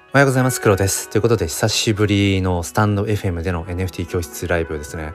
おはようございます。黒です。ということで久しぶりのスタンド FM での NFT 教室ライブですね。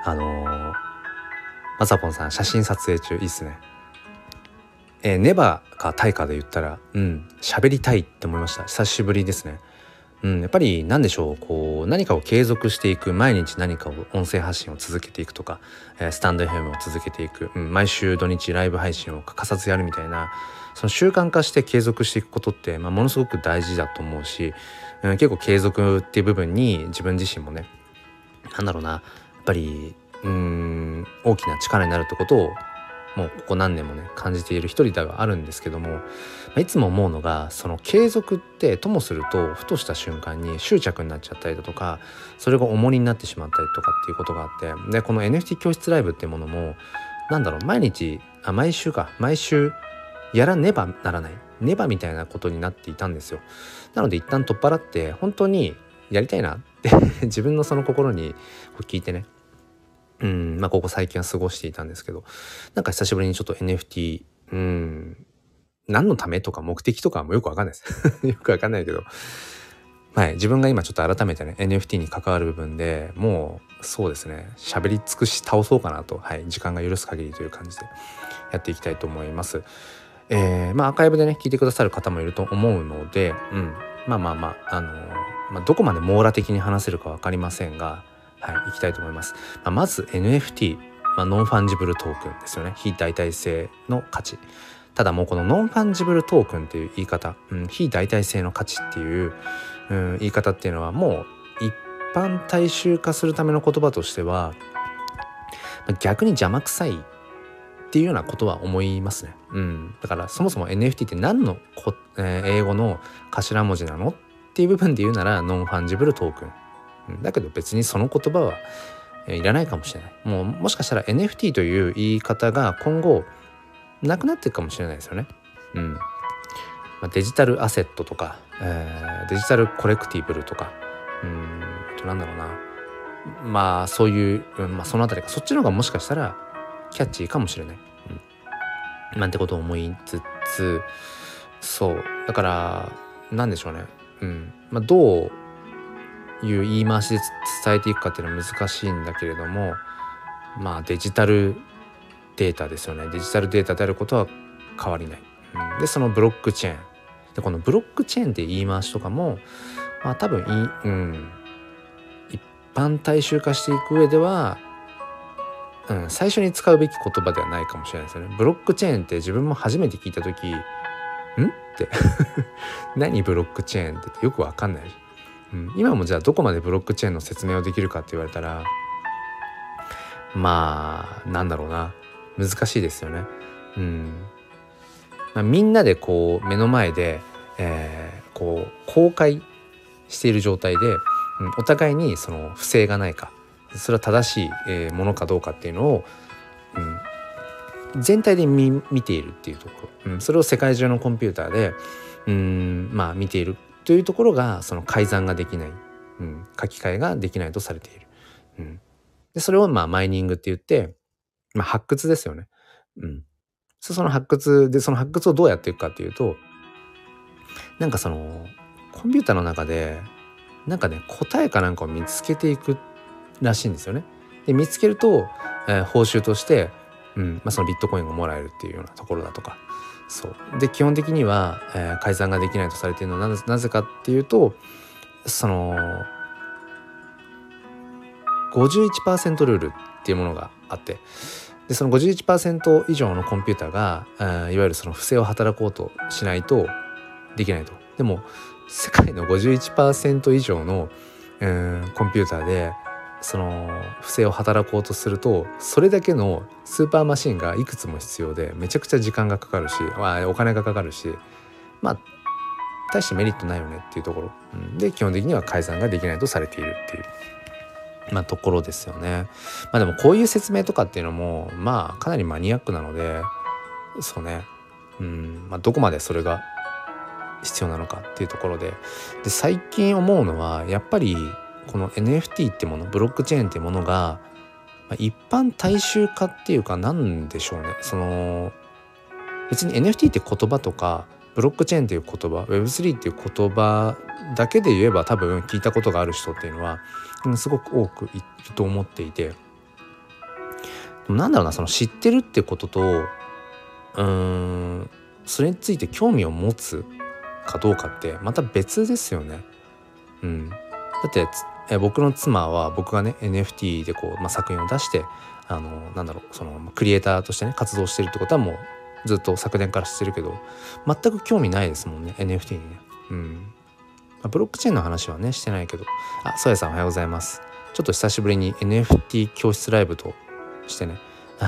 まさぽんさん写真撮影中いいっすね。ネバかタイかで言ったら喋りたいって思いました。久しぶりですね。やっぱり何でしょう、こう何かを継続していく、毎日何かを音声発信を続けていくとか、スタンド FM を続けていく、毎週土日ライブ配信を欠かさずやるみたいな、その習慣化して継続していくことって、ものすごく大事だと思うし、結構継続っていう部分に自分自身もね、やっぱり大きな力になるってことをもうここ何年もね感じている一人ではあるんですけども、いつも思うのが、その継続ってともするとふとした瞬間に執着になっちゃったりだとか、それが重荷になってしまったりとかっていうことがあって、でこの NFT 教室ライブっていうものも毎週やらねばならないねばみたいなことになっていたんですよ。なので一旦取っ払って本当にやりたいなって自分のその心に聞いてね、ここ最近は過ごしていたんですけど、久しぶりにちょっと NFT、何のためとか目的とかもよくわかんないですよくわかんないけど、自分が今ちょっと改めてね NFT に関わる部分でもうそうですね、喋り尽くし倒そうかなと、時間が許す限りという感じでやっていきたいと思います。アーカイブでね聞いてくださる方もいると思うので、どこまで網羅的に話せるか分かりませんが、いきたいと思います。まず NFT、ノンファンジブルトークンですよね。非代替性の価値。ただもうこのノンファンジブルトークンっていう言い方、非代替性の価値っていう、言い方っていうのはもう一般大衆化するための言葉としては、逆に邪魔くさいっていうようなことは思いますね。だからそもそも NFT って何の英語の頭文字なのっていう部分で言うならノンファンジブルトークン、だけど別にその言葉はいらないかもしれない。もしかしたら NFT という言い方が今後なくなっていくかもしれないですよね。デジタルアセットとか、デジタルコレクティブルとか、そういう、そのあたりか、そっちの方がもしかしたらキャッチーかもしれない、なんてことを思いつつ、そうだからなんでしょうね、どういう言い回しで伝えていくかっていうのは難しいんだけれども、デジタルデータですよね。デジタルデータであることは変わりない、でそのブロックチェーンで、このブロックチェーンって言い回しとかも多分一般大衆化していく上では、最初に使うべき言葉ではないかもしれないですよね。ブロックチェーンって自分も初めて聞いた時って何ブロックチェーンってよくわかんない、今もじゃあどこまでブロックチェーンの説明をできるかって言われたら、難しいですよね。みんなでこう目の前で、公開している状態で、お互いにその不正がないか、それは正しい、ものかどうかっていうのを、全体で見ているっていうところ、それを世界中のコンピューターで見ているというところが、その改ざんができない、書き換えができないとされている、でそれをマイニングって言って、発掘ですよね。その発掘をどうやっていくかっていうと、そのコンピューターの中で答えかなんかを見つけていくらしいんですよね。で見つけると、報酬として、そのビットコインがもらえるっていうようなところだとか、そうで基本的には、改ざんができないとされているのはなぜかっていうと、その 51% ルールっていうものがあって、でその 51% 以上のコンピューターが、いわゆるその不正を働こうとしないとできないと。でも世界の 51% 以上の、コンピューターでその不正を働こうとすると、それだけのスーパーマシンがいくつも必要で、めちゃくちゃ時間がかかるし、お金がかかるし、大してメリットないよねっていうところ、で基本的には改ざんができないとされているっていうところですよね。でもこういう説明とかっていうのもかなりマニアックなので、そうね、どこまでそれが必要なのかっていうところで、最近思うのはやっぱりこの NFT ってもの、ブロックチェーンってものが、一般大衆化っていうか、なんでしょうね、その別に NFT って言葉とかブロックチェーンっていう言葉 Web3 っていう言葉だけで言えば多分聞いたことがある人っていうのは、すごく多くいると思っていて、でもなんだろうな、その知ってるってこととそれについて興味を持つかどうかってまた別ですよね。だって僕の妻は、僕がね NFT でこう、作品を出してそのクリエイターとしてね活動してるってことはもうずっと昨年からしてるけど、全く興味ないですもんね NFT にね。ブロックチェーンの話はねしてないけど、ソヤさんおはようございます。ちょっと久しぶりに NFT 教室ライブとしてね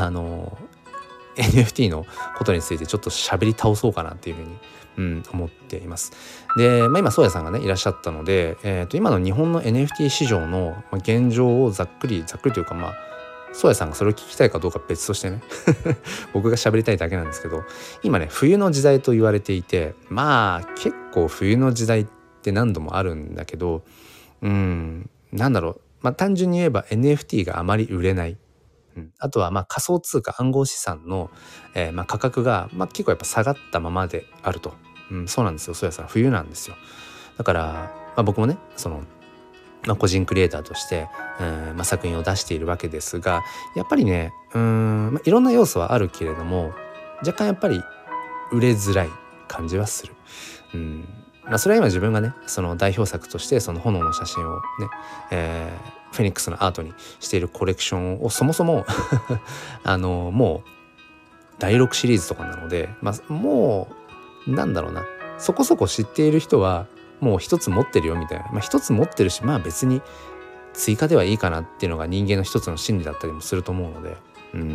NFT のことについてちょっと喋り倒そうかなっていうふうに、思っています。で、今ソヤさんがねいらっしゃったので、今の日本の NFT 市場の現状をざっくりというか、ソヤさんがそれを聞きたいかどうか別としてね僕が喋りたいだけなんですけど、今ね冬の時代と言われていて、結構冬の時代って何度もあるんだけど、なんだろう、単純に言えば NFT があまり売れない、あとは仮想通貨暗号資産の、価格が、結構やっぱ下がったままであると、そうなんですよ。ソヤさん冬なんですよ。だから、僕もねその個人クリエイターとして、作品を出しているわけですが、やっぱりねいろんな要素はあるけれども、若干やっぱり売れづらい感じはする。それは今自分がねその代表作としてその炎の写真をね、フェニックスのアートにしているコレクションをそもそももう第6シリーズとかなので、もうなんだろうな、そこそこ知っている人はもう一つ持ってるよみたいな、一つ持ってるし、別に追加ではいいかなっていうのが人間の一つの心理だったりもすると思うので、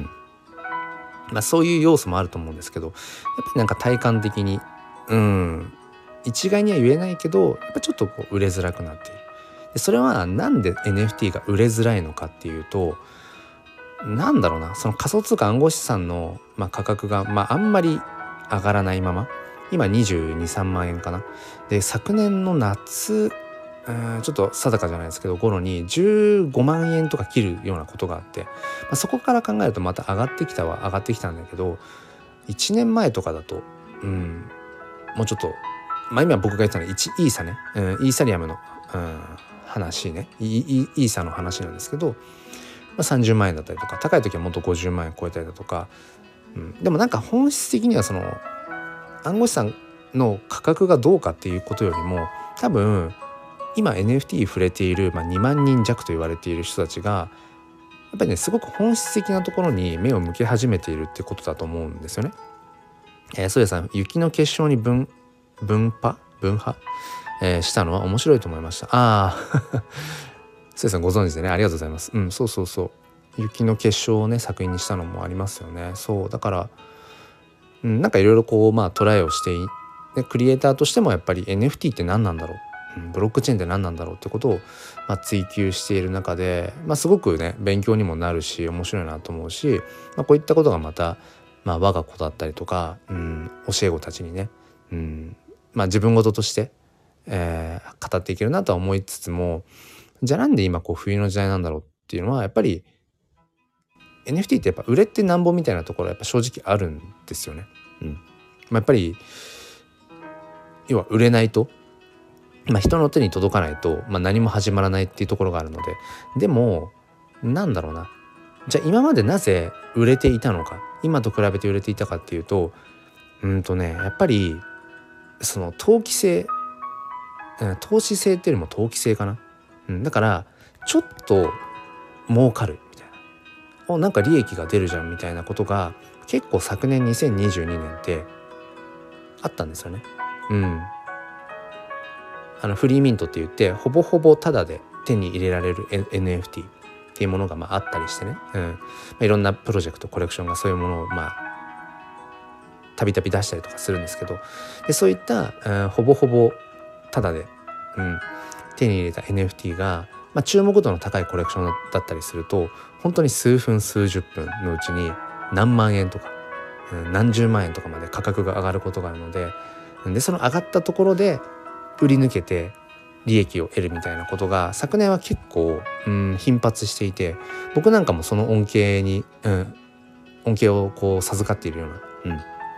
そういう要素もあると思うんですけど、やっぱりなんか体感的に一概には言えないけど、やっぱちょっとこう売れづらくなっている。でそれはなんで NFT が売れづらいのかっていうと、なんだろうな、その仮想通貨暗号資産の、価格が、あんまり上がらないまま今22、3万円かな。で昨年の夏ちょっと定かじゃないですけど頃に15万円とか切るようなことがあって、そこから考えるとまた上がってきたんだけど、1年前とかだともうちょっと、今僕が言ったのは1イーサね、イーサリアムの、話ね、イーサの話なんですけど、30万円だったりとか、高い時はもっと50万円超えたりだとか、でもなんか本質的にはその暗号資産の価格がどうかっていうことよりも、多分今 NFT 触れている、2万人弱と言われている人たちがやっぱりねすごく本質的なところに目を向け始めているってことだと思うんですよね。ソヤさん、雪の結晶に分派、したのは面白いと思いました。ソヤさんご存知でね、ありがとうございます。そう雪の結晶をね作品にしたのもありますよね。そうだから、なんかいろいろこうトライをしてでクリエイターとしてもやっぱり NFT って何なんだろう、ブロックチェーンって何なんだろうってことを、追求している中で、すごくね勉強にもなるし面白いなと思うし、こういったことがまた、我が子だったりとか、教え子たちにね、自分事として、語っていけるなとは思いつつも、じゃあなんで今こう冬の時代なんだろうっていうのは、やっぱり NFT ってやっぱ売れてなんぼみたいなところはやっぱ正直あるんですよね。やっぱり要は売れないと、人の手に届かないと、何も始まらないっていうところがあるので、でもなんだろうな、じゃあ今までなぜ売れていたのか、今と比べて売れていたかっていうと、やっぱりその投機性、投資性っていうよりも投機性かな。だからちょっと儲かるみたいな、なんか利益が出るじゃんみたいなことが結構昨年2022年ってあったんですよね。フリーミントって言ってほぼほぼタダで手に入れられる NFT っていうものがあったりしてね、いろんなプロジェクトコレクションがそういうものをたびたび出したりとかするんですけど、でそういった、ほぼほぼタダで、手に入れた NFT が、注目度の高いコレクションだったりすると、本当に数分数十分のうちに何万円とか、何十万円とかまで価格が上がることがあるので、その上がったところで売り抜けて利益を得るみたいなことが昨年は結構、頻発していて、僕なんかもその恩恵をこう授かっているような、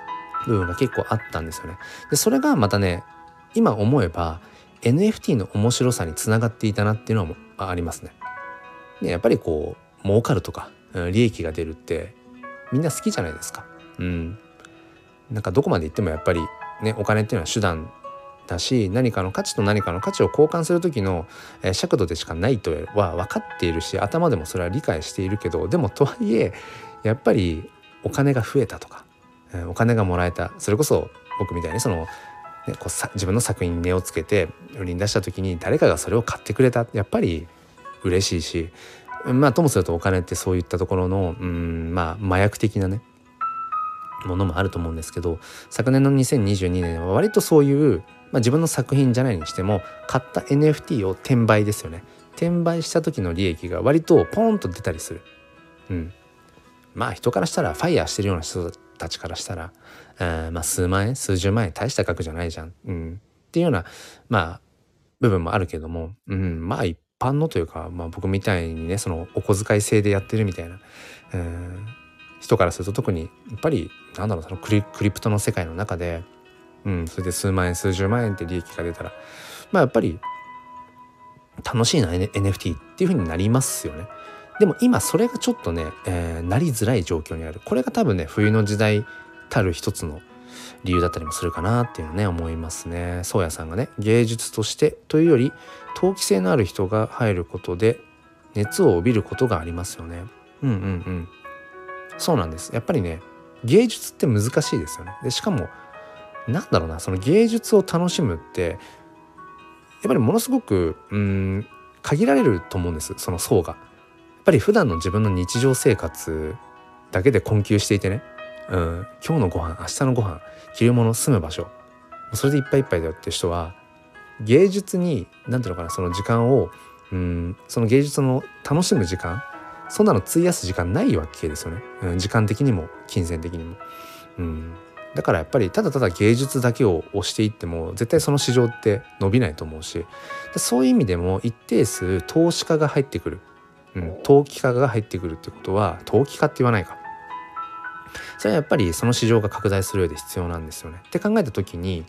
部分が結構あったんですよね。でそれがまたね今思えば NFT の面白さにつながっていたなっていうのもありますね。でやっぱりこう儲かるとか利益が出るってみんな好きじゃないですか。なんかどこまで行ってもやっぱりねお金っていうのは手段だし、何かの価値と何かの価値を交換する時の尺度でしかないとは分かっているし、頭でもそれは理解しているけど、でもとはいえやっぱりお金が増えたとか、お金がもらえた、それこそ僕みたいにその、ね、自分の作品に値をつけて売りに出した時に誰かがそれを買ってくれた、やっぱり嬉しいし、ともするとお金ってそういったところの麻薬的なねものもあると思うんですけど、昨年の2022年は割とそういう、自分の作品じゃないにしても買った NFT を転売ですよね。転売した時の利益が割とポーンと出たりする。人からしたらファイヤーしてるような人たちからしたら、数万円数十万円大した額じゃないじゃん、っていうような部分もあるけども、一般のというか、僕みたいにねそのお小遣い制でやってるみたいな、人からすると特にやっぱりそのクリプトの世界の中で、それで数万円数十万円って利益が出たらやっぱり楽しいな、NFT っていう風になりますよね。でも今それがちょっとね、なりづらい状況にある。これが多分ね冬の時代たる一つの理由だったりもするかなっていうのね思いますね。宗谷さんがね、芸術としてというより投機性のある人が入ることで熱を帯びることがありますよね。そうなんです。やっぱりね芸術って難しいですよね。でしかもその芸術を楽しむってやっぱりものすごく限られると思うんです、その層が。やっぱり普段の自分の日常生活だけで困窮していてね、今日のご飯、明日のご飯、着るもの、住む場所、それでいっぱいいっぱいだよって人は芸術にその時間をその芸術の楽しむ時間、そんなの費やす時間ないわけですよね、時間的にも金銭的にも。だからやっぱりただただ芸術だけを推していっても絶対その市場って伸びないと思うし、そういう意味でも一定数投資家が入ってくる、投機家が入ってくるってことは、投機家って言わないか、それはやっぱりその市場が拡大する上で必要なんですよね。って考えた時に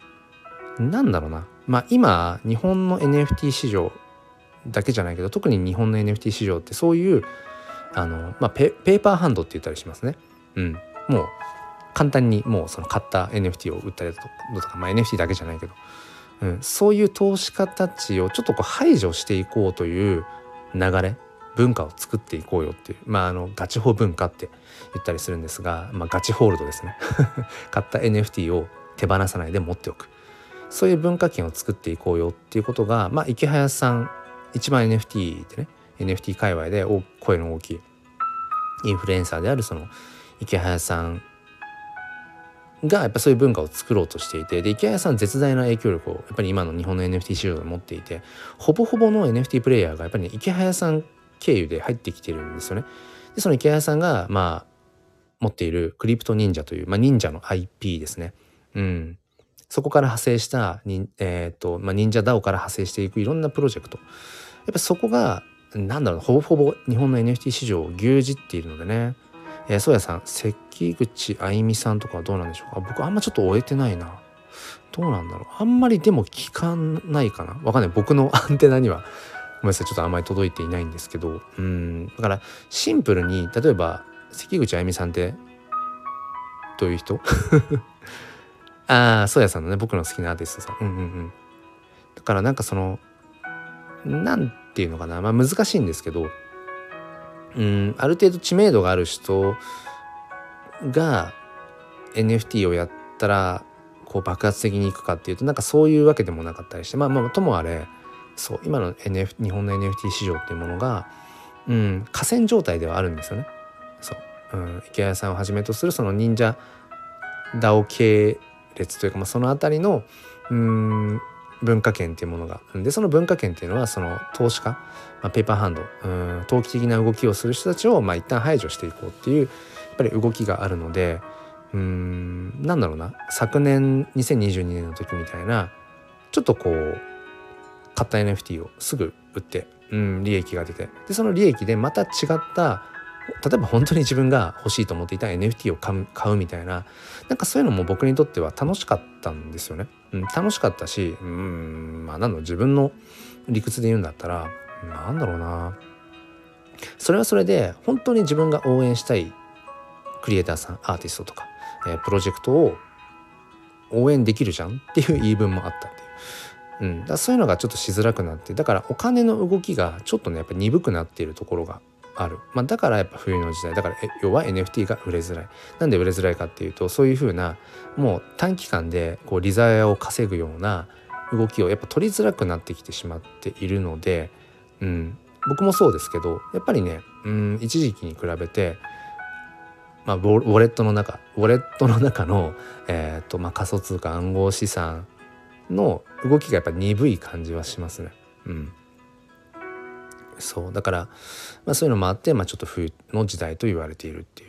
今日本の NFT 市場だけじゃないけど、特に日本の NFT 市場ってそういうペーパーハンドって言ったりしますね。もう簡単にもうその買った NFT を売ったりだとか、NFT だけじゃないけど、そういう投資家たちをちょっと排除していこうという流れ、文化を作っていこうよっていう、ガチホ文化って言ったりするんですが、ガチホールドですね買った NFT を手放さないで持っておく、そういう文化圏を作っていこうよっていうことが、池早さん一番 NFT でね NFT 界隈で声の大きいインフルエンサーであるその池早さんがやっぱそういう文化を作ろうとしていて、で池早さん絶大な影響力をやっぱり今の日本の NFT 市場で持っていて、ほぼほぼの NFT プレイヤーがやっぱり、池早さん経由で入ってきてるんですよね。でその池早さんが持っているクリプト忍者という、忍者の IP ですね。そこから派生した忍者 DAO から派生していくいろんなプロジェクト、やっぱそこがほぼほぼ日本の NFT 市場を牛耳っているのでね。宗谷さん、関口あゆみさんとかはどうなんでしょうか。僕あんまちょっと終えてないな。どうなんだろう。あんまりでも聞かないかな。わかんない。僕のアンテナにはごめんなさい、ちょっとあんまり届いていないんですけど、だからシンプルに例えば関口あゆみさんってどういう人宗谷さんのね、僕の好きなアーティストさん。だからなんていうのかな、難しいんですけど、ある程度知名度がある人が NFT をやったら爆発的にいくかっていうとそういうわけでもなかったりして、ともあれそう今の、日本の NFT 市場っていうものが、寡占状態ではあるんですよね。池谷さんをはじめとするその忍者 DAO 系列というか、そのあたりの文化圏っていうものがで、その文化圏っていうのはその投資家、ペーパーハンド、投機的な動きをする人たちを一旦排除していこうっていうやっぱり動きがあるので、昨年2022年の時みたいなちょっと買った NFT をすぐ売って、利益が出て、でその利益でまた違った例えば本当に自分が欲しいと思っていた NFT を買うみたいな、なんかそういうのも僕にとっては楽しかったんですよね。楽しかったし、自分の理屈で言うんだったら、なんだろうな、それはそれで本当に自分が応援したいクリエイターさん、アーティストとか、プロジェクトを応援できるじゃんっていう言い分もあったっていう、だからそういうのがちょっとしづらくなって、だからお金の動きがちょっとねやっぱ鈍くなっているところがある。だからやっぱ冬の時代だから、要は NFT が売れづらい。なんで売れづらいかっていうと、そういう風なもう短期間でこう利ざやを稼ぐような動きをやっぱ取りづらくなってきてしまっているので、僕もそうですけど、やっぱりね、一時期に比べて、ウォレットの中の、仮想通貨暗号資産の動きがやっぱ鈍い感じはしますね。そうだから、そういうのもあって、ちょっと冬の時代と言われているっていう。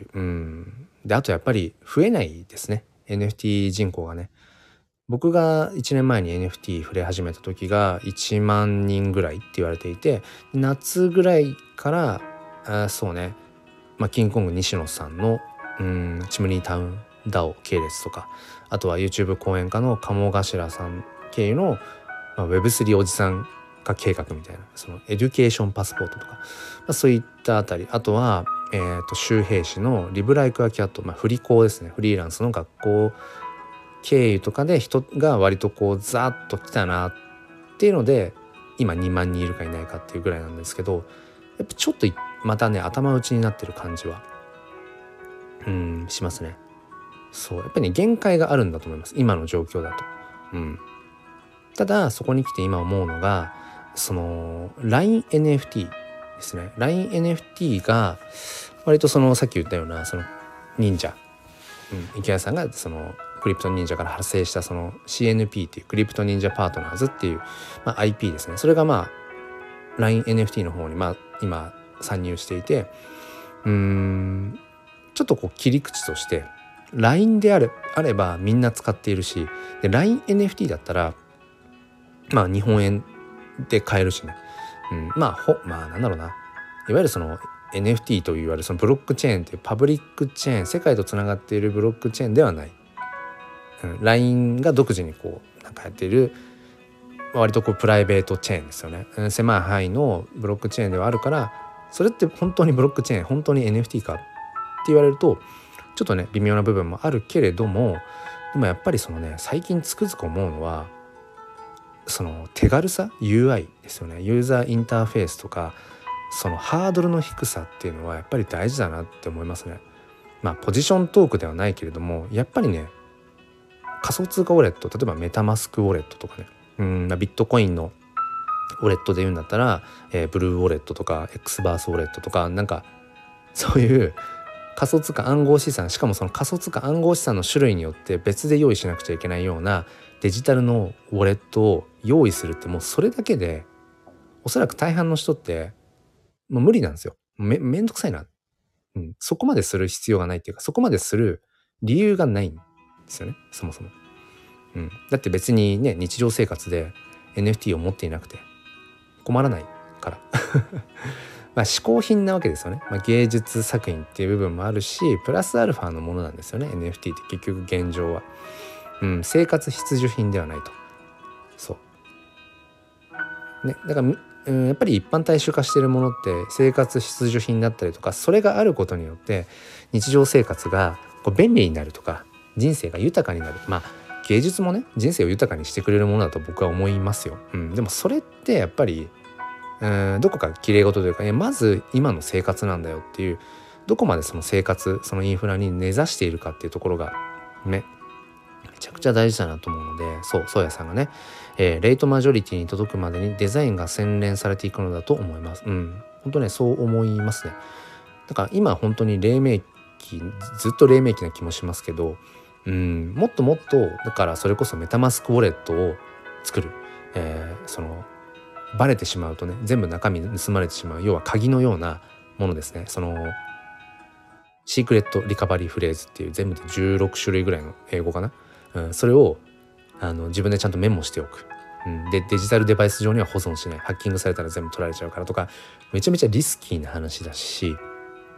であとやっぱり増えないですね、 NFT 人口がね。僕が1年前に NFT 触れ始めた時が1万人ぐらいって言われていて、夏ぐらいからそうね、キングコング西野さんのチムニータウンダオ系列とか、あとは YouTube 講演家の鴨頭さん経由の、Web3 おじさん化計画みたいな、そのエデュケーションパスポートとか、そういったあたり、あとは周平氏のリブライクアキャット、振り子ですね、フリーランスの学校経由とかで人が割とこうザーッと来たなっていうので、今2万人いるかいないかっていうぐらいなんですけど、やっぱちょっとまたね頭打ちになってる感じはしますね。そうやっぱりね限界があるんだと思います、今の状況だと。ただそこに来て今思うのが、その LINE-NFT ですね。 LINE-NFT が割とそのさっき言ったようなその忍者、池谷さんがそのクリプト忍者から派生したその CNP っていうクリプト忍者パートナーズっていう、IP ですね。それがLINE-NFT の方に今参入していて、ちょっとこう切り口として LINE であればみんな使っているし、で LINE-NFT だったら日本円で買えるしね、なんだろうな、いわゆるその NFT といわれるそのブロックチェーンというパブリックチェーン、世界とつながっているブロックチェーンではない、LINE が独自にこうなんかやっている割とこうプライベートチェーンですよね。狭い範囲のブロックチェーンではあるから、それって本当にブロックチェーン、本当に NFT かって言われるとちょっとね微妙な部分もあるけれども、でもやっぱりそのね最近つくづく思うのはその手軽さ、 UI ですよね。ユーザーインターフェースとかそのハードルの低さっていうのはやっぱり大事だなって思いますね。ポジショントークではないけれども、やっぱりね仮想通貨ウォレット、例えばメタマスクウォレットとかね、ビットコインのウォレットで言うんだったら、ブルーウォレットとか X バースウォレットとか、なんかそういう仮想通貨暗号資産、しかもその仮想通貨暗号資産の種類によって別で用意しなくちゃいけないようなデジタルのウォレットを用意するって、もうそれだけでおそらく大半の人ってもう無理なんですよ。めんどくさいな、そこまでする必要がないっていうか、そこまでする理由がないんですよね、そもそも。だって別にね日常生活で NFT を持っていなくて困らないから嗜好品なわけですよね。芸術作品っていう部分もあるし、プラスアルファのものなんですよね NFT って結局現状は。生活必需品ではないと。そうね、だからやっぱり一般大衆化しているものって生活必需品だったりとか、それがあることによって日常生活がこう便利になるとか、人生が豊かになる。芸術もね人生を豊かにしてくれるものだと僕は思いますよ。でもそれってやっぱりどこか綺麗事というか、まず今の生活なんだよっていう、どこまでその生活、そのインフラに根ざしているかっていうところがめちゃくちゃ大事だなと思うので、そうやさんがね、レイトマジョリティに届くまでにデザインが洗練されていくのだと思います。本当ねそう思いますね。だから今本当に黎明期、ずっと黎明期な気もしますけど、もっともっとだからそれこそメタマスクウォレットを作る、そのバレてしまうとね全部中身盗まれてしまう、要は鍵のようなものですね。そのシークレットリカバリーフレーズっていう全部で16種類ぐらいの英語かな、それを自分でちゃんとメモしておく、でデジタルデバイス上には保存しない、ハッキングされたら全部取られちゃうからとか、めちゃめちゃリスキーな話だし、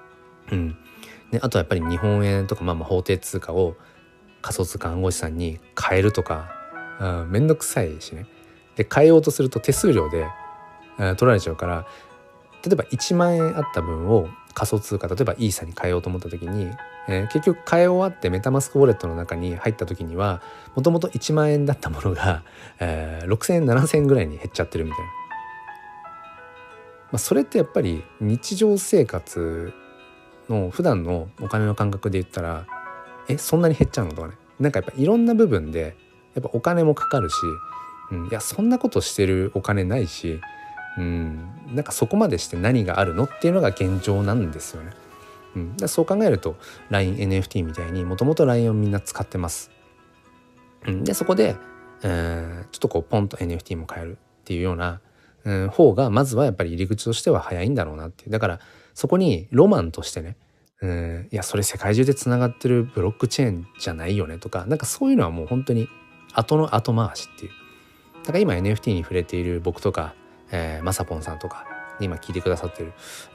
うんね、あとはやっぱり日本円とか法定通貨を仮想通貨暗号資産に変えるとか、めんどくさいしね。で変えようとすると手数料で取られちゃうから、例えば1万円あった分を仮想通貨、例えばイーサに変えようと思った時に、結局変え終わってメタマスクウォレットの中に入った時にはもともと1万円だったものが、6,000円7,000円ぐらいに減っちゃってるみたいな、それってやっぱり日常生活の普段のお金の感覚で言ったらそんなに減っちゃうのとかね、なんかやっぱいろんな部分でやっぱお金もかかるし、いやそんなことしてるお金ないし、なんかそこまでして何があるのっていうのが現状なんですよね。だそう考えると LINE-NFT みたいにもともと LINE をみんな使ってます。でそこで、ちょっとこうポンと NFT も買えるっていうような、方がまずはやっぱり入り口としては早いんだろうなっていう。だからそこにロマンとしてね、いやそれ世界中でつながってるブロックチェーンじゃないよねとか、なんかそういうのはもう本当に後の後回しっていう。だから今 NFT に触れている僕とか、まさぽんさんとか今聞いてくださってる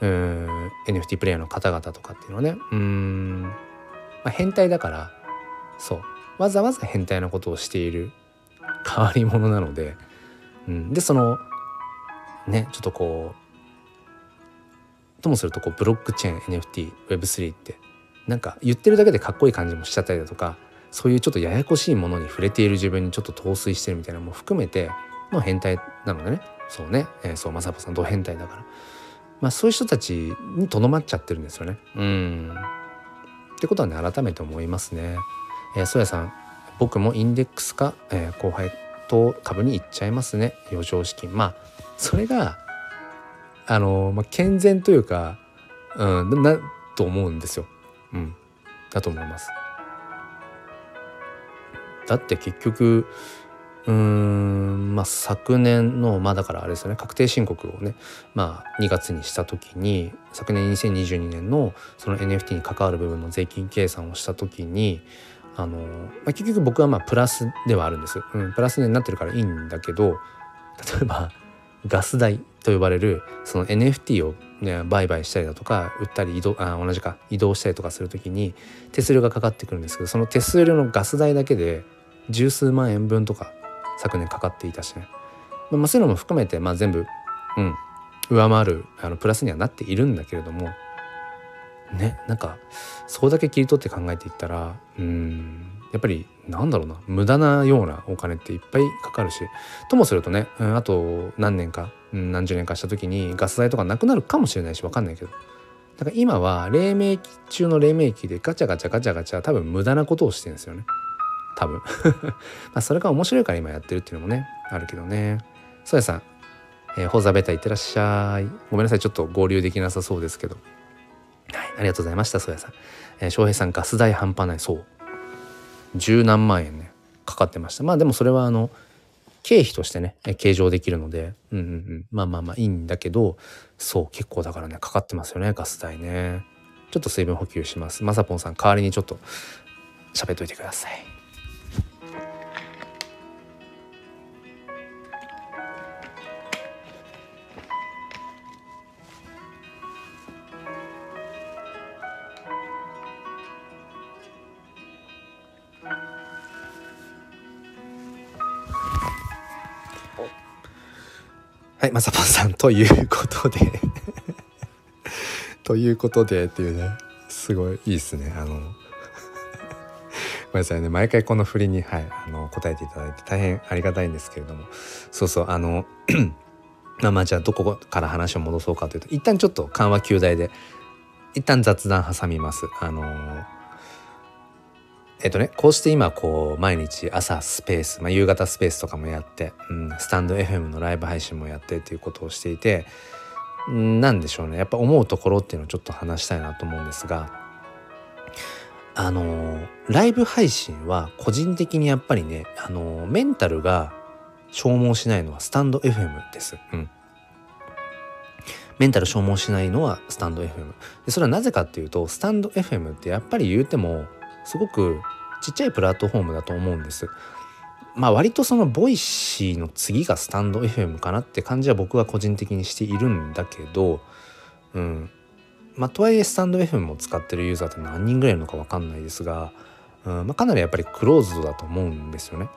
NFT プレイヤーの方々とかっていうのはね、変態だから、そうわざわざ変態なことをしている変わり者なので、でそのねちょっとこうともするとこうブロックチェーン NFT、Web3 ってなんか言ってるだけでかっこいい感じもしちゃったりだとか、そういうちょっとややこしいものに触れている自分にちょっと陶酔してるみたいなのも含めての変態なのでね。そうね、そうまさぽさんド変態だから、そういう人たちにとどまっちゃってるんですよね。ってことはね改めて思いますね。そやさん、僕もインデックスか、後輩と株に行っちゃいますね。余剰資金、それが健全というか、なと思うんですよ。だと思います。だって結局昨年のだからあれですよね、確定申告をね2月にした時に、昨年2022年のその NFT に関わる部分の税金計算をした時に結局僕はプラスではあるんです。プラスになってるからいいんだけど、例えばガス代と呼ばれるその NFT を、売買したりだとか売ったり移動したりとかする時に手数料がかかってくるんですけど、その手数料のガス代だけで十数万円分とか昨年かかっていたしね、そういうのも含めて全部、上回るプラスにはなっているんだけれどもね、なんかそこだけ切り取って考えていったらやっぱり無駄なようなお金っていっぱいかかるし、ともするとね、あと何年か、何十年かした時にガス代とかなくなるかもしれないし、分かんないけど、だから今は黎明期中の黎明期でガチャガチャ多分無駄なことをしてるんですよね、多分それが面白いから今やってるっていうのもねあるけどね。そうやさん、フォーザベタいってらっしゃい。ごめんなさい、ちょっと合流できなさそうですけど、ありがとうございました。そうやさん、翔平さんガス代半端ない、そう十何万円ねかかってました。でもそれは経費としてね計上できるのでいいんだけど、そう結構だからねかかってますよね、ガス代ね。ちょっと水分補給します。まさぽんさん代わりにちょっと喋っといてください。はい、まさぽんさんということでということでっていうね、すごいいいですね。ごめんなさいね、毎回この振りに、答えていただいて大変ありがたいんですけれども、そうじゃあどこから話を戻そうかというと、一旦ちょっと緩和球大で一旦雑談挟みます。こうして今毎日朝スペース、夕方スペースとかもやって、スタンド FM のライブ配信もやってっていうことをしていて、なんでしょうね、やっぱ思うところっていうのをちょっと話したいなと思うんですが、ライブ配信は個人的にやっぱりねメンタルが消耗しないのはスタンド FM です。メンタル消耗しないのはスタンド FM で、それはなぜかっていうと、スタンド FM ってやっぱり言うてもすごくちっちゃいプラットフォームだと思うんです。割とそのボイシーの次がスタンド FM かなって感じは僕は個人的にしているんだけど、 とはいえスタンド FM も使ってるユーザーって何人ぐらいいるのか分かんないですが、かなりやっぱりクローズドだと思うんですよね。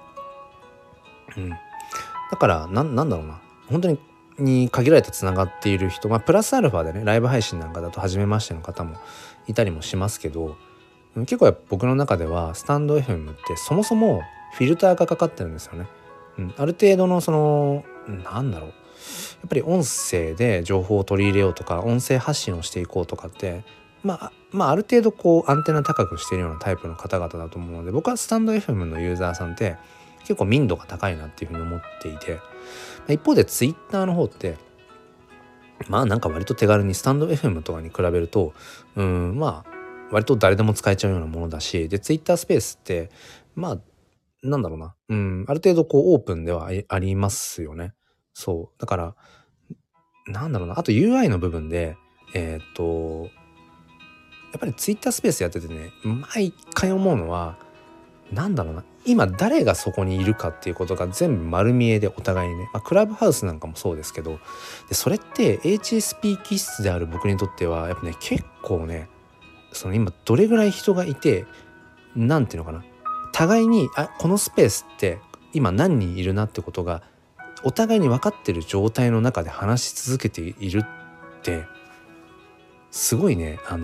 だからなんだろうな、本当に限られてつながっている人、プラスアルファでねライブ配信なんかだと初めましての方もいたりもしますけど、結構やっぱ僕の中ではスタンド FM ってそもそもフィルターがかかってるんですよね。ある程度のそのなんだろう、やっぱり音声で情報を取り入れようとか音声発信をしていこうとかって、ある程度こうアンテナ高くしているようなタイプの方々だと思うので、僕はスタンド FM のユーザーさんって結構民度が高いなっていうふうに思っていて、一方でツイッターの方ってなんか割と手軽にスタンド FM とかに比べると割と誰でも使えちゃうようなものだし、でツイッタースペースってなんだろうな、ある程度こうオープンではありますよね。そうだからなんだろうな、あと UI の部分でやっぱりツイッタースペースやっててね、毎回思うのはなんだろうな、今誰がそこにいるかっていうことが全部丸見えでお互いにね、クラブハウスなんかもそうですけど、でそれって HSP 気質である僕にとってはやっぱね結構ね、その今どれぐらい人がいて、なんていうのかな、互いにこのスペースって今何人いるなってことがお互いに分かってる状態の中で話し続けているってすごいね、や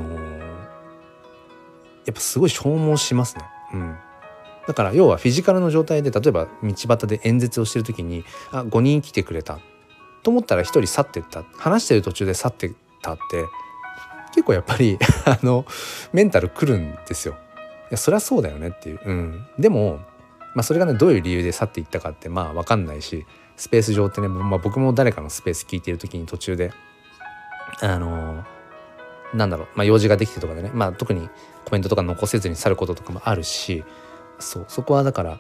っぱすごい消耗しますね。だから要はフィジカルの状態で例えば道端で演説をしてる時に5人来てくれたと思ったら1人去ってった、話してる途中で去ってったって結構やっぱりメンタルくるんですよ。いやそりゃそうだよねっていう、でもそれがねどういう理由で去っていったかって分かんないし、スペース上ってね、僕も誰かのスペース聞いてる時に途中でなんだろう、用事ができてとかでね、特にコメントとか残せずに去ることとかもあるし、そこはだから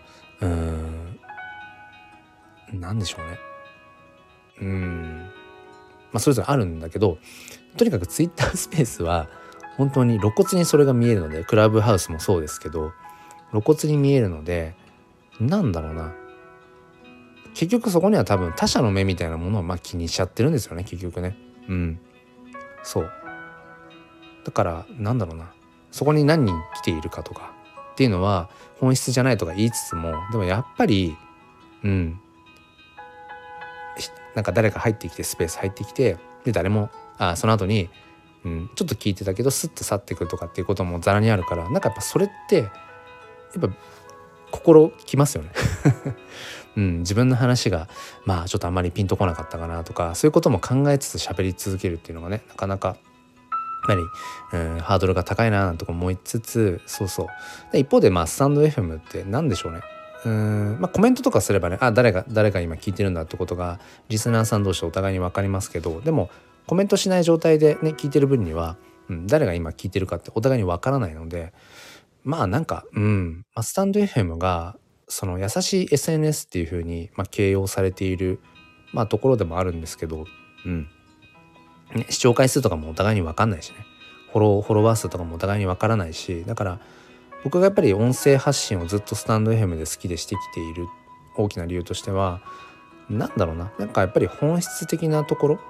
なんでしょうね、それぞれあるんだけど、とにかくツイッタースペースは本当に露骨にそれが見えるので、クラブハウスもそうですけど露骨に見えるので、なんだろうな、結局そこには多分他者の目みたいなものを気にしちゃってるんですよね、結局ね。そうだからなんだろうな、そこに何人来ているかとかっていうのは本質じゃないとか言いつつも、でもやっぱりなんか誰か入ってきて、スペース入ってきて、で誰もその後に、ちょっと聞いてたけどスッと去ってくるとかっていうこともざらにあるから、なんかやっぱそれってやっぱ心きますよね自分の話がちょっとあんまりピンとこなかったかなとか、そういうことも考えつつ喋り続けるっていうのがね、なかなかやっぱり、ハードルが高いななんとか思いつつ、で一方でスタンド FM って何でしょうね、コメントとかすればね、誰が今聞いてるんだってことがリスナーさん同士お互いに分かりますけど、でもコメントしない状態でね聞いてる分には、誰が今聞いてるかってお互いに分からないので、なんかスタンド FM がその優しい SNS っていう風に形容されているところでもあるんですけど、視聴回数とかもお互いに分かんないしね、フォロワー数とかもお互いに分からないし、だから僕がやっぱり音声発信をずっとスタンド FM で好きでしてきている大きな理由としては、なんだろうな、なんかやっぱり本質的なところ、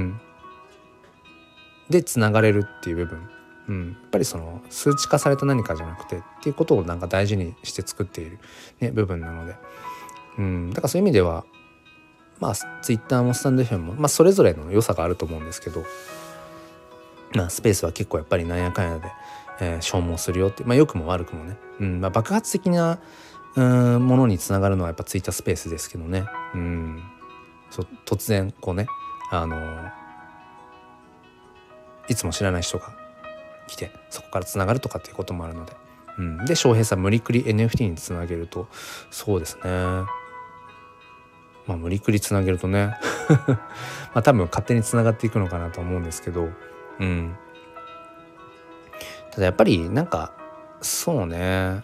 でつながれるっていう部分、やっぱりその数値化された何かじゃなくてっていうことをなんか大事にして作っている、部分なので、だからそういう意味ではツイッターもスタンド FM も、それぞれの良さがあると思うんですけど、スペースは結構やっぱりなんやかんやで、消耗するよって、良くも悪くもね、爆発的なものにつながるのはやっぱツイッタースペースですけどね、突然こうねいつも知らない人が来てそこからつながるとかっていうこともあるので、で翔平さん無理くり NFT につなげると、そうですね、無理くりつなげるとね多分勝手につながっていくのかなと思うんですけど、ただやっぱりなんかそうね、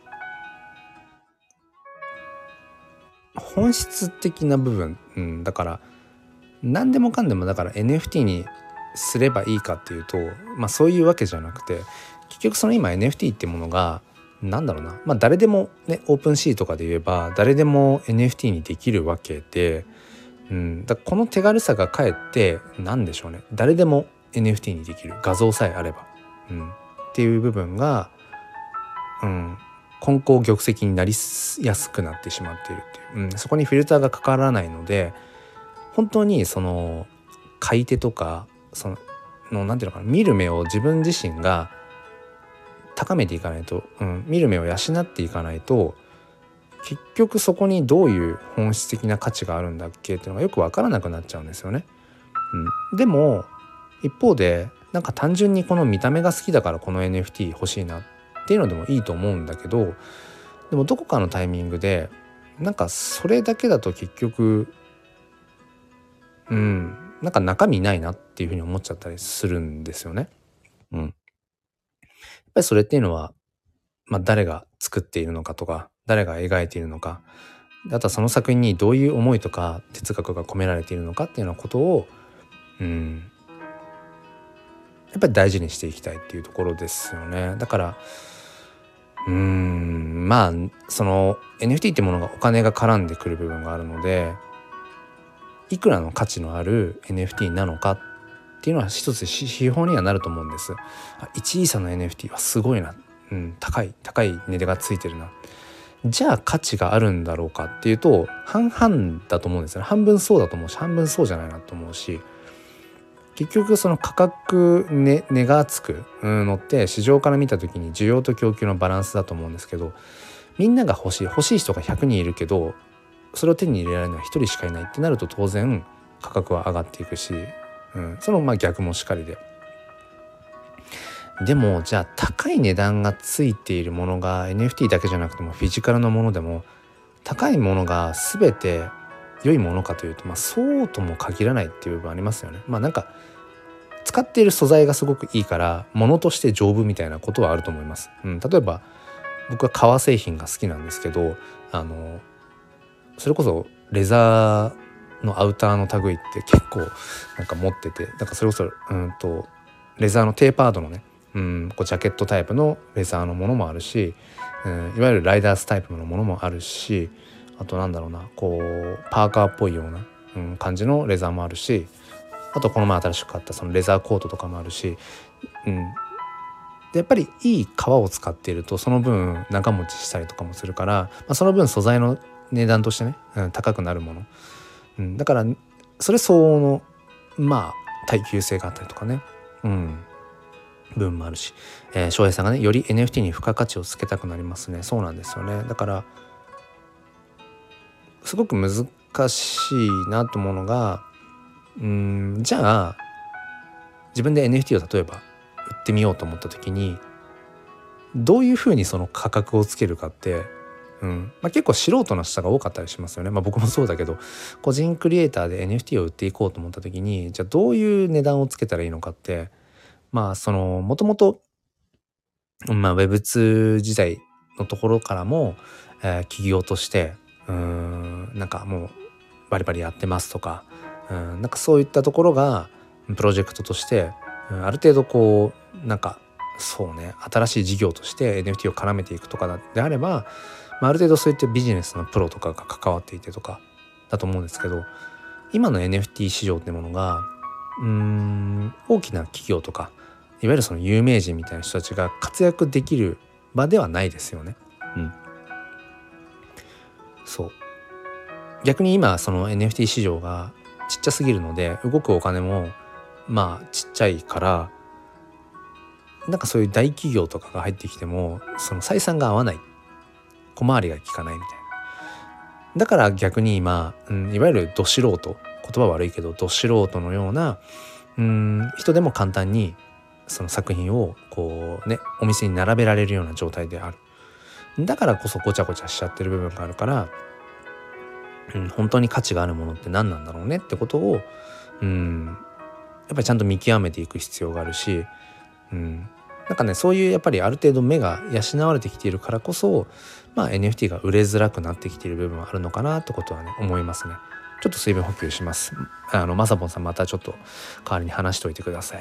本質的な部分、だから何でもかんでもだから NFT にすればいいかっていうと、そういうわけじゃなくて、結局その今 NFT ってものがなんだろうな、誰でもねオープンシーとかで言えば誰でも NFT にできるわけで、だからこの手軽さがかえってなんでしょうね、誰でも NFT にできる、画像さえあれば、っていう部分が、根高玉石になりやすくなってしまっているっていう、そこにフィルターがかからないので、本当にその買い手とかそのなんていうのかな、見る目を自分自身が高めていかないと、見る目を養っていかないと、結局そこにどういう本質的な価値があるんだっけっていうのがよく分からなくなっちゃうんですよね。でも一方でなんか単純にこの見た目が好きだからこの NFT 欲しいなっていうのでもいいと思うんだけど、でもどこかのタイミングでなんかそれだけだと結局なんか中身ないなっていうふうに思っちゃったりするんですよね。やっぱりそれっていうのは、誰が作っているのかとか、誰が描いているのか、あとはその作品にどういう思いとか哲学が込められているのかっていうようなことを、やっぱり大事にしていきたいっていうところですよね。だからその NFT ってものがお金が絡んでくる部分があるので、いくらの価値のある NFT なのかっていうのは一つ指標にはなると思うんです。1イーサの NFT はすごいな、高い値段がついてるな。じゃあ価値があるんだろうかっていうと半々だと思うんですよね。半分そうだと思うし、半分そうじゃないなと思うし、結局その価格、値がつくのって市場から見た時に需要と供給のバランスだと思うんですけど、みんなが欲しい人が100人いるけどそれを手に入れられるのは1人しかいないってなると、当然価格は上がっていくし、その逆もしかりで、でもじゃあ高い値段がついているものが NFT だけじゃなくてもフィジカルのものでも高いものが全て良いものかというと、そうとも限らないっていう部分ありますよね。なんか使っている素材がすごくいいから物として丈夫みたいなことはあると思います。例えば僕は革製品が好きなんですけど、それこそレザーのアウターの類って結構なんか持ってて、だからそれこそレザーのテーパードのね、こうジャケットタイプのレザーのものもあるし、いわゆるライダースタイプのものもあるし、あとこうパーカーっぽいような、感じのレザーもあるし、あとこの前新しく買ったそのレザーコートとかもあるし、でやっぱりいい革を使っているとその分長持ちしたりとかもするから、その分素材の値段としてね、高くなるもの、だからそれ相応の耐久性があったりとかね、部分もあるし、翔平さんがねより NFT に付加価値をつけたくなりますね。そうなんですよね。だからすごく難しいなと思うのが、じゃあ自分で NFT を例えば売ってみようと思った時にどういうふうにその価格をつけるかって、結構素人の人が多かったりしますよね。僕もそうだけど、個人クリエイターで NFT を売っていこうと思った時にじゃあどういう値段をつけたらいいのかって、そのもともとWeb2 時代のところからも、企業としてなんかもうバリバリやってますとか、なんかそういったところがプロジェクトとして、ある程度こうなんかそうね新しい事業として NFT を絡めていくとかであれば、ある程度そういったビジネスのプロとかが関わっていてとかだと思うんですけど、今の NFT 市場ってものが大きな企業とかいわゆるその有名人みたいな人たちが活躍できる場ではないですよね。そう逆に今その NFT 市場がちっちゃすぎるので動くお金もちっちゃいから、なんかそういう大企業とかが入ってきてもその採算が合わない、小回りが利かないみたいな。だから逆に今、いわゆるど素人、言葉悪いけどど素人のような人でも簡単にその作品をこうねお店に並べられるような状態である。だからこそごちゃごちゃしちゃってる部分があるから、本当に価値があるものって何なんだろうねってことをやっぱりちゃんと見極めていく必要があるし、なんかねそういうやっぱりある程度目が養われてきているからこそ、NFT が売れづらくなってきている部分はあるのかなってことはね思いますね。ちょっと水分補給します。まさぽんさんまたちょっと代わりに話しておいてください。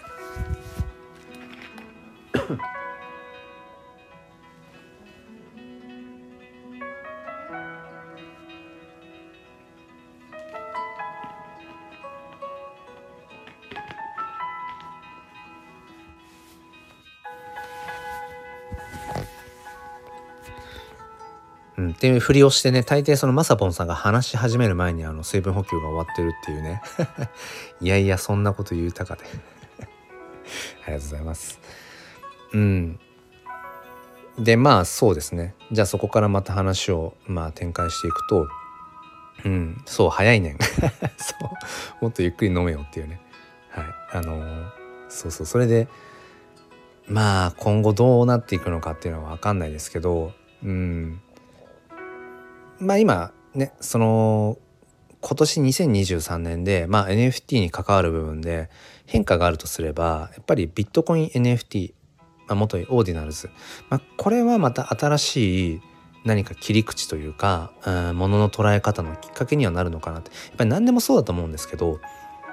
っていうふりをしてね、大抵そのまさぽんさんが話し始める前に水分補給が終わってるっていうねいやいやそんなこと言うたかでありがとうございます。でそうですね、じゃあそこからまた話を展開していくと、そう早いねんそうもっとゆっくり飲めよっていうね。そうそれで今後どうなっていくのかっていうのは分かんないですけど、今ね今年2023年でNFT に関わる部分で変化があるとすれば、やっぱりビットコイン NFT、元にオーディナルズ、これはまた新しい何か切り口というか、ものの捉え方のきっかけにはなるのかなって。やっぱり何でもそうだと思うんですけど、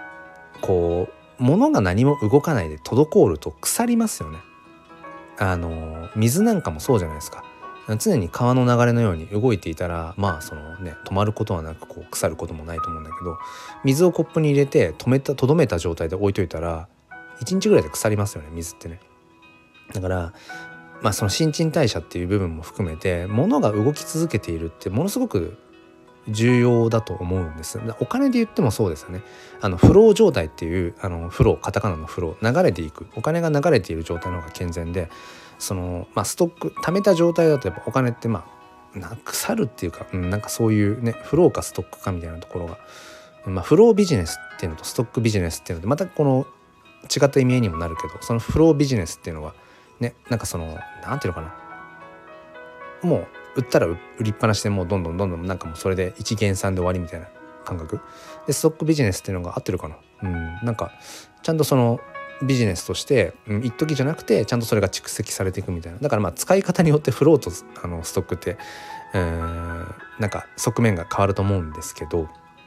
物が何も動かないで滞ると腐りますよね。水なんかもそうじゃないですか。常に川の流れのように動いていたら止まることはなく腐ることもないと思うんだけど、水をコップに入れてとどめた状態で置いといたら1日ぐらいで腐りますよね、水ってね。だからその新陳代謝っていう部分も含めて物が動き続けているってものすごく重要だと思うんです。お金で言ってもそうですよね。フロー状態っていうフロー、カタカナのフロー、流れていくお金が流れている状態の方が健全で、ストック貯めた状態だとやっぱお金って腐るっていうか、なんかそういうね、フローかストックかみたいなところが、フロービジネスっていうのとストックビジネスっていうのでまたこの違った意味合いにもなるけど、そのフロービジネスっていうのはね、なんかなんていうのかな、もう売ったら売りっぱなしでもうどんどんなんかもうそれで一元さんで終わりみたいな感覚で、ストックビジネスっていうのが合ってるかな。なんかちゃんとそのビジネスとして一時じゃなくてちゃんとそれが蓄積されていくみたいな。だから使い方によってフローとストックってなんか側面が変わると思うんですけど、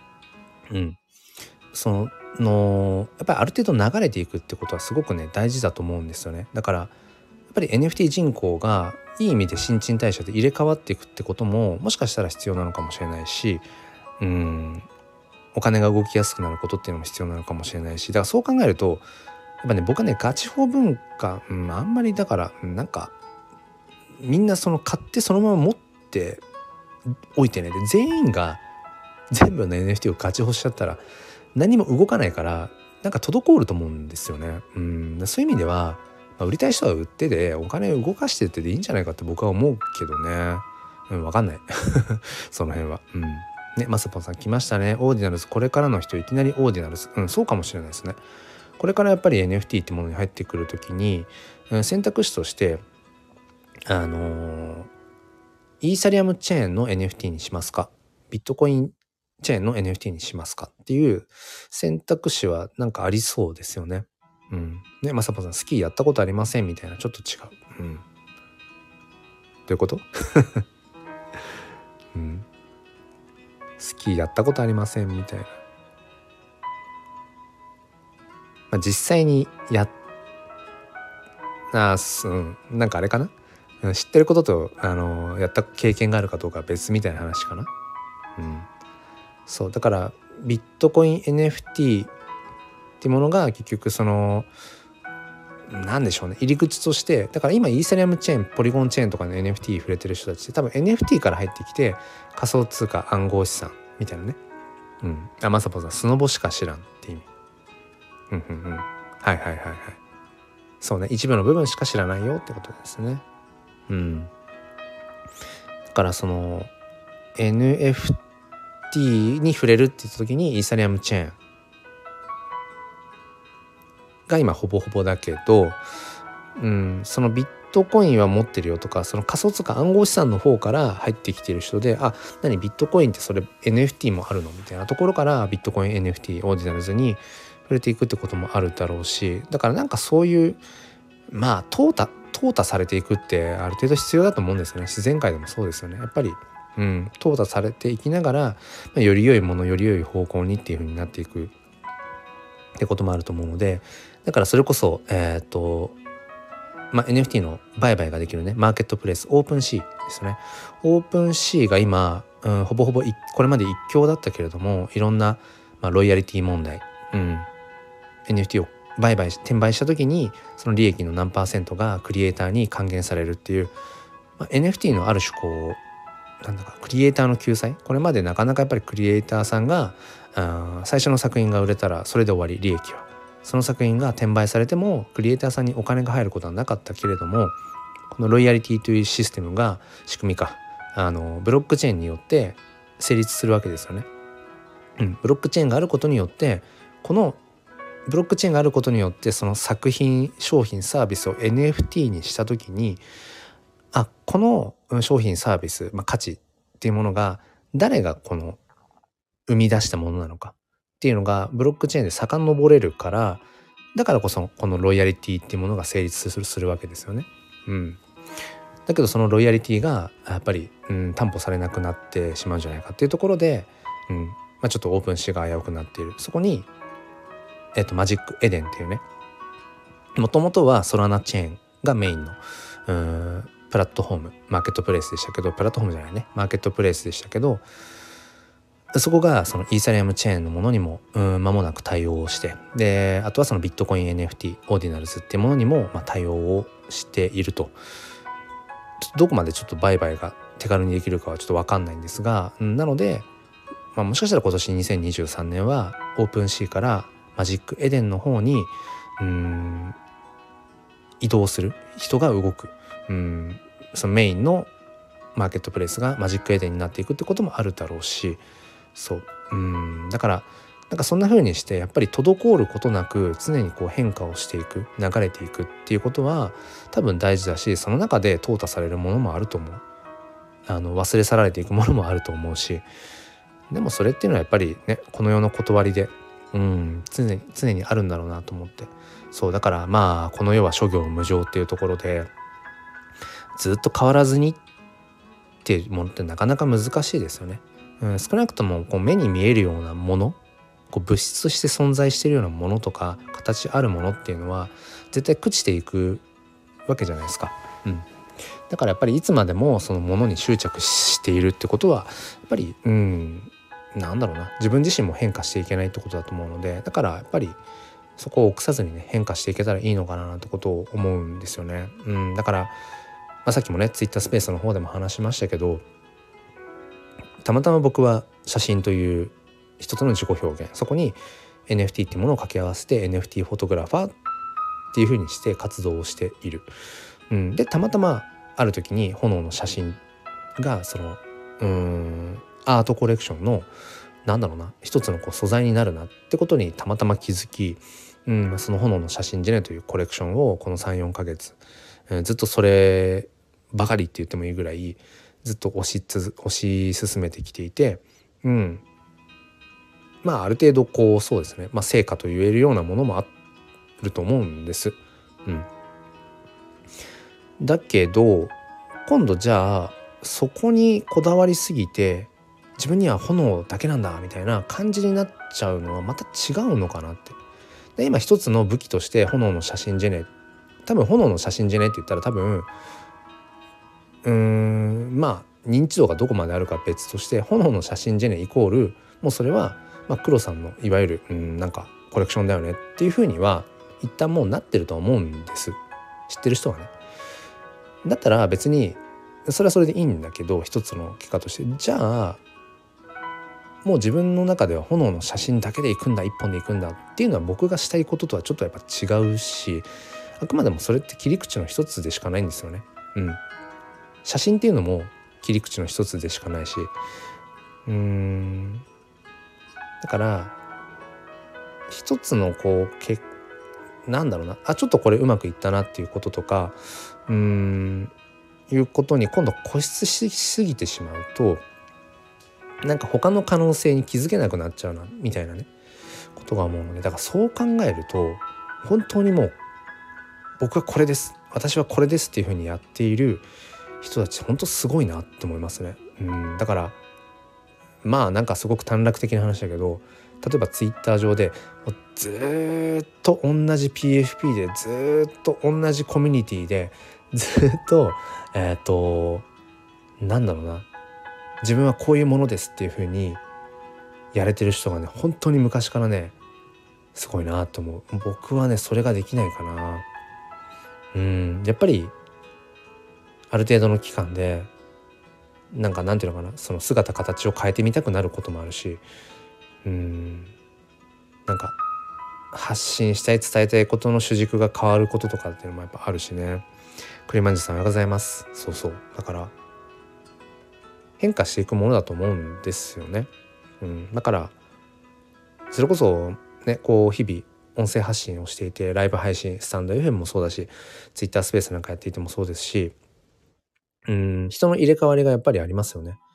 やっぱりある程度流れていくってことはすごくね大事だと思うんですよね。だからやっぱり NFT 人口がいい意味で新陳代謝で入れ替わっていくってことももしかしたら必要なのかもしれないし、お金が動きやすくなることっていうのも必要なのかもしれないし、だからそう考えるとやっぱね、僕はねガチ法文化、あんまりだからなんかみんな買ってそのまま持っておいてね、で全員が全部の NFT をガチ法しちゃったら何も動かないからなんか滞ると思うんですよね。そういう意味では売りたい人は売ってでお金を動かしてってでいいんじゃないかって僕は思うけどね。分かんないその辺は。ね、まさぽんさん来ましたね。オーディナルズ、これからの人いきなりオーディナルズ、そうかもしれないですね。これからやっぱり NFT ってものに入ってくるときに、選択肢としてイーサリアムチェーンの NFT にしますか、ビットコインチェーンの NFT にしますかっていう選択肢はなんかありそうですよね。ね、まさぽんさんスキーやったことありませんみたいな、ちょっと違う。どういうことスキーやったことありませんみたいな。実際になんかあれかな、知ってることとやった経験があるかどうかは別みたいな話かな。そうだからビットコイン NFT っていうものが結局なんでしょうね、入り口として、だから今イーサリアムチェーン、ポリゴンチェーンとかの NFT 触れてる人たちって多分 NFT から入ってきて仮想通貨暗号資産みたいなね。まさぽんさんスノボしか知らんって意味。はいそうね、一部の部分しか知らないよってことですね。だからNFT に触れるって言った時にイーサリアムチェーンが今ほぼほぼだけど、そのビットコインは持ってるよとか、その仮想通貨暗号資産の方から入ってきてる人で、何ビットコインってそれ NFT もあるのみたいなところからビットコイン NFT オーディナルズに触れていくってこともあるだろうし、だからなんかそういう淘汰されていくってある程度必要だと思うんですよね。自然界でもそうですよね。やっぱり淘汰されていきながら、より良いもの、より良い方向にっていう風になっていくってこともあると思うので、だからそれこそNFT の売買ができるねマーケットプレイス、オープンシーですね。オープンシーが今、ほぼほぼこれまで一強だったけれども、いろんな、ロイヤリティ問題、NFT を転売した時にその利益の何%がクリエイターに還元されるっていう、NFT のある種なんだかクリエイターの救済、これまでなかなかやっぱりクリエイターさんが最初の作品が売れたらそれで終わり、利益はその作品が転売されてもクリエイターさんにお金が入ることはなかったけれども、このロイヤリティというシステムが仕組みかブロックチェーンによって成立するわけですよね。ブロックチェーンがあることによって、このブロックチェーンがあることによってその作品、商品、サービスを NFT にした時に、この商品サービス、価値っていうものが誰がこの生み出したものなのかっていうのがブロックチェーンで遡れるから、だからこそこのロイヤリティっていうものが成立するわけですよね。だけどそのロイヤリティがやっぱり、担保されなくなってしまうんじゃないかっていうところで、ちょっとオープンシーが危うくなっている。そこに、マジックエデンっていうね、もともとはソラナチェーンがメインのプラットフォーム、マーケットプレイスでしたけど、プラットフォームじゃないね、マーケットプレイスでしたけど、そこがそのイーサリアムチェーンのものにも間もなく対応をして、であとはそのビットコイン NFT オーディナルズっていうものにも対応をしていると。どこまでちょっと売買が手軽にできるかはちょっと分かんないんですが、なので、もしかしたら今年2023年はオープンシーからマジックエデンの方に移動する、人が動く、そのメインのマーケットプレイスがマジックエデンになっていくってこともあるだろうし、だからなんかそんな風にしてやっぱり滞ることなく常にこう変化をしていく、流れていくっていうことは多分大事だし、その中で淘汰されるものもあると思う。忘れ去られていくものもあると思うし、でもそれっていうのはやっぱりね、この世の断りで常にあるんだろうなと思って。だからこの世は諸行無常っていうところで、ずっと変わらずにっていうものってなかなか難しいですよね。少なくともこう目に見えるようなもの、こう物質として存在しているようなものとか形あるものっていうのは絶対朽ちていくわけじゃないですか。だからやっぱりいつまでもそのものに執着しているってことはやっぱりなんだろうな、自分自身も変化していけないってことだと思うので、だからやっぱりそこを臆さずにね、変化していけたらいいのかななんてことを思うんですよね。だから、さっきもねツイッタースペースの方でも話しましたけど、たまたま僕は写真という一つの自己表現、そこに NFT っていうものを掛け合わせて NFT フォトグラファーっていう風にして活動をしている。でたまたまある時に炎の写真がそのアートコレクションの一つのこう素材になるなってことにたまたま気づき、その炎の写真ジェネというコレクションをこの 3,4 ヶ月、ずっとそればかりって言ってもいいぐらいずっと推し進めてきていて、ある程度こうそうですね、成果と言えるようなものもあると思うんです。だけど今度じゃあそこにこだわりすぎて自分には炎だけなんだみたいな感じになっちゃうのはまた違うのかなって。で今一つの武器として炎の写真ジェネ、多分炎の写真ジェネって言ったら多分認知度がどこまであるか別として、炎の写真ジェネイコールもうそれは黒さんのいわゆるコレクションだよねっていう風には一旦もうなってると思うんです、知ってる人はね。だったら別にそれはそれでいいんだけど、一つの結果としてじゃあもう自分の中では炎の写真だけでいくんだ、一本でいくんだっていうのは僕がしたいこととはちょっとやっぱ違うし、あくまでもそれって切り口の一つでしかないんですよね。写真っていうのも切り口の一つでしかないし、だから一つのこうちょっとこれうまくいったなっていうこととかいうことに今度固執しすぎてしまうと、他の可能性に気づけなくなっちゃうなみたいなねことが思うので、だからそう考えると本当にもう僕はこれです、私はこれですっていう風にやっている人たち本当すごいなって思いますね。だからすごく短絡的な話だけど、例えばツイッター上でずっと同じ PFP でずっと同じコミュニティでずっと自分はこういうものですっていう風にやれてる人がね本当に昔からねすごいなと思う。僕はねそれができないかな。やっぱりある程度の期間でなんていうのかな、その姿形を変えてみたくなることもあるし、なんか発信したい伝えたいことの主軸が変わることとかっていうのもやっぱあるしね。栗まんじさんおはようございます。そうだから変化していくものだと思うんですよね。だからそれこそね、こう日々音声発信をしていて、ライブ配信スタンド FM もそうだし、ツイッタースペースなんかやっていてもそうですし、人の入れ替わりがやっぱりありますよね。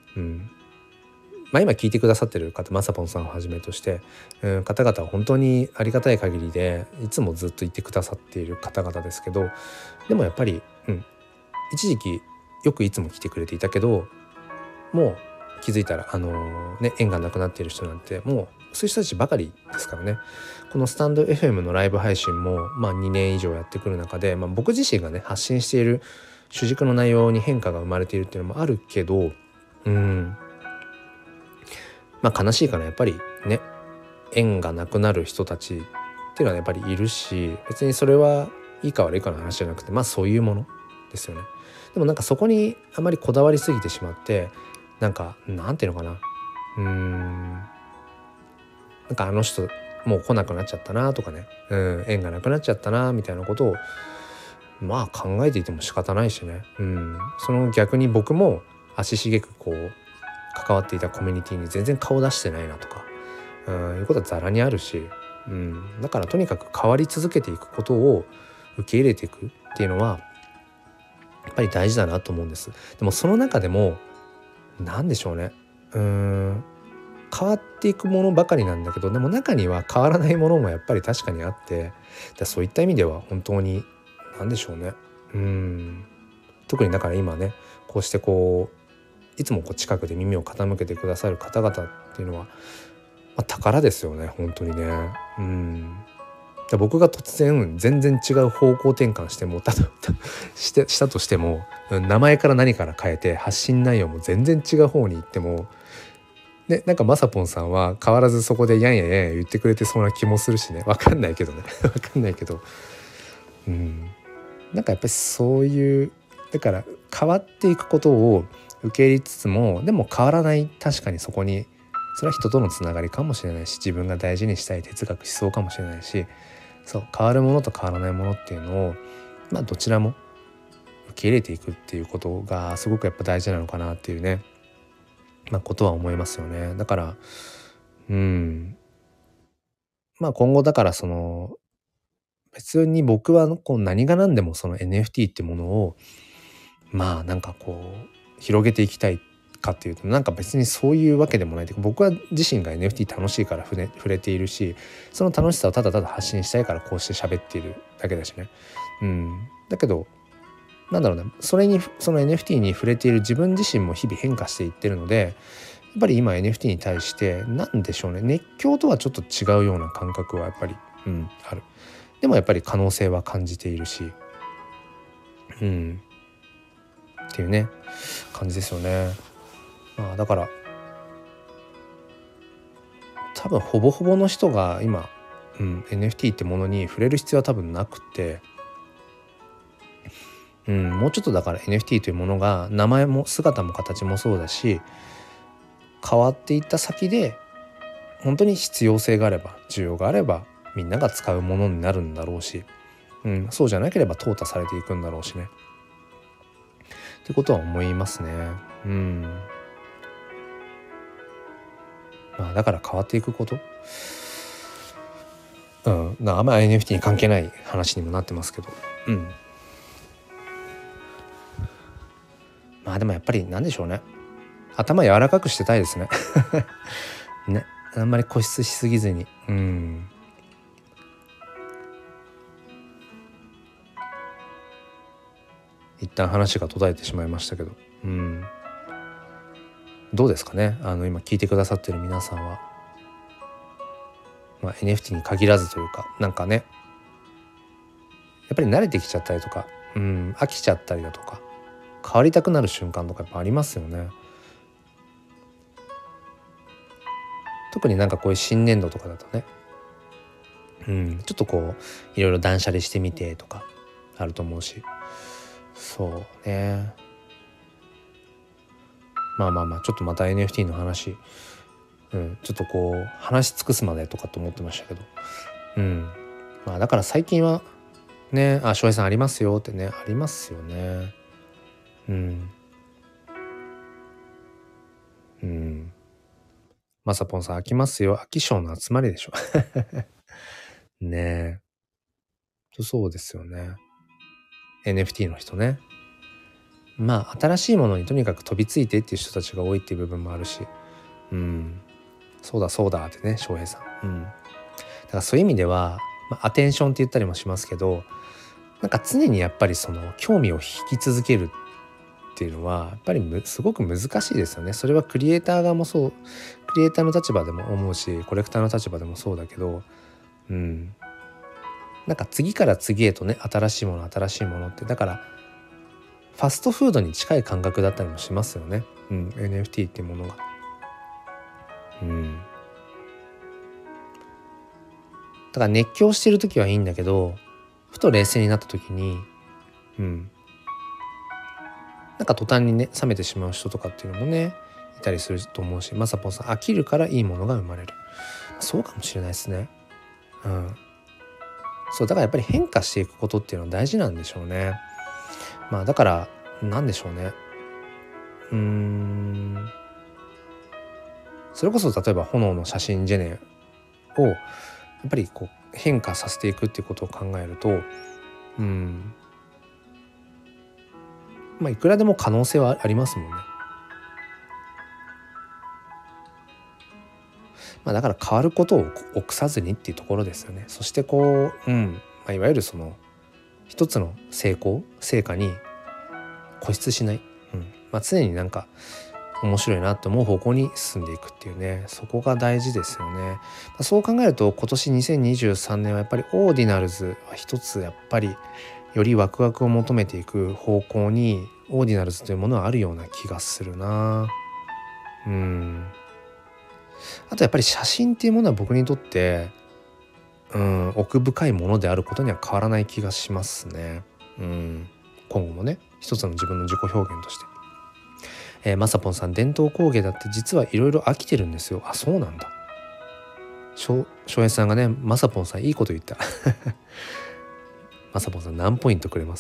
今聞いてくださってる方、まさぽんさんをはじめとして、方々は本当にありがたい限りで、いつもずっといてくださっている方々ですけど、でもやっぱり、一時期よくいつも来てくれていたけど、もう気づいたら縁がなくなっている人なんてもうそういう人たちばかりですからね。このスタンド FM のライブ配信も2年以上やってくる中で、僕自身がね発信している主軸の内容に変化が生まれているっていうのもあるけど、悲しいからやっぱりね、縁がなくなる人たちっていうのはやっぱりいるし、別にそれはいいか悪いかの話じゃなくて、そういうものですよね。でもそこにあまりこだわりすぎてしまって、なんていうのかな、あの人もう来なくなっちゃったなとかね、縁がなくなっちゃったなみたいなことを考えていても仕方ないしね。その逆に僕も足しげくこう関わっていたコミュニティに全然顔出してないなとか、いうことはざらにあるし、だからとにかく変わり続けていくことを受け入れていくっていうのはやっぱり大事だなと思うんです。でもその中でもなんでしょうね、変わっていくものばかりなんだけど、でも中には変わらないものもやっぱり確かにあって、そういった意味では本当になんでしょうね、特にだから今ね、こうしてこういつもこう近くで耳を傾けてくださる方々っていうのは、宝ですよね本当にね。僕が突然全然違う方向転換してもしたとしても、名前から何から変えて発信内容も全然違う方に行ってもね、まさぽんさんは変わらずそこでやんや言ってくれてそうな気もするしね。わかんないけどやっぱりそういうだから変わっていくことを受け入れつつも、でも変わらない、確かにそこにそれは人とのつながりかもしれないし、自分が大事にしたい哲学思想かもしれないし、そう変わるものと変わらないものっていうのをどちらも受け入れていくっていうことがすごくやっぱ大事なのかなっていうね、ことは思いますよね。だから今後だからその別に僕はこう何が何でもその NFT ってものをこう広げていきたいかっていうと別にそういうわけでもない。僕は自身が NFT 楽しいから触れているし、その楽しさをただただ発信したいからこうして喋っているだけだしね。だけどそれにその NFT に触れている自分自身も日々変化していってるので、やっぱり今 NFT に対してなんでしょうね、熱狂とはちょっと違うような感覚はやっぱり、ある。でもやっぱり可能性は感じているし、っていうね感じですよね。だから多分ほぼほぼの人が今、NFT ってものに触れる必要は多分なくて、もうちょっとだから NFT というものが名前も姿も形もそうだし、変わっていった先で本当に必要性があれば需要があればみんなが使うものになるんだろうし、そうじゃなければ淘汰されていくんだろうしねってことは思いますね。だから変わっていくこと、あんま NFT に関係ない話にもなってますけど、でもやっぱりなんでしょうね、頭柔らかくしてたいですねね、あんまり固執しすぎずに、一旦話が途絶えてしまいましたけど、どうですかね。今聞いてくださってる皆さんは、NFT に限らずというかやっぱり慣れてきちゃったりとか、飽きちゃったりだとか変わりたくなる瞬間とかやっぱありますよね。特にこういう新年度とかだとね、ちょっとこういろいろ断捨離してみてとかあると思うし、そうね、 まあちょっとまた NFT の話、ちょっとこう話し尽くすまでとかと思ってましたけど、まあだから最近はね、翔平さんありますよってね、ありますよね。まさぽんさん飽きますよ。飽き性の集まりでしょ。ねえ。そうですよね。NFT の人ね。まあ新しいものにとにかく飛びついてっていう人たちが多いっていう部分もあるし、そうだそうだってね、翔平さん。だからそういう意味では、アテンションって言ったりもしますけど、なんか常にやっぱりその興味を引き続けるっていうのはやっぱりすごく難しいですよね。それはクリエイター側もそう、クリエイターの立場でも思うし、コレクターの立場でもそうだけど、なんか次から次へとね、新しいものってだからファストフードに近い感覚だったりもしますよね。NFT っていうものが。だから熱狂してる時はいいんだけど、ふと冷静になった時に、なんか途端にね冷めてしまう人とかっていうのもねいたりすると思うし、まさぽんさん飽きるからいいものが生まれる、そうかもしれないですね。そうだからやっぱり変化していくことっていうのは大事なんでしょうね。だからなんでしょうね。それこそ例えば炎の写真ジェネをやっぱりこう変化させていくっていうことを考えると、いくらでも可能性はありますもんね。だから変わることを臆さずにっていうところですよね。そしてこう、いわゆるその一つの成果に固執しない、常になんか面白いなと思う方向に進んでいくっていうね、そこが大事ですよね。そう考えると今年2023年はやっぱりオーディナルズは一つやっぱりよりワクワクを求めていく方向にオーディナルズというものはあるような気がするな。あとやっぱり写真っていうものは僕にとって奥深いものであることには変わらない気がしますね。今後もね一つの自分の自己表現として、まさぽんさん伝統工芸だって実はいろいろ飽きてるんですよ。あ、そうなんだ。翔平さんがね、まさぽんさんいいこと言ったまさぽんさん何ポイントくれます？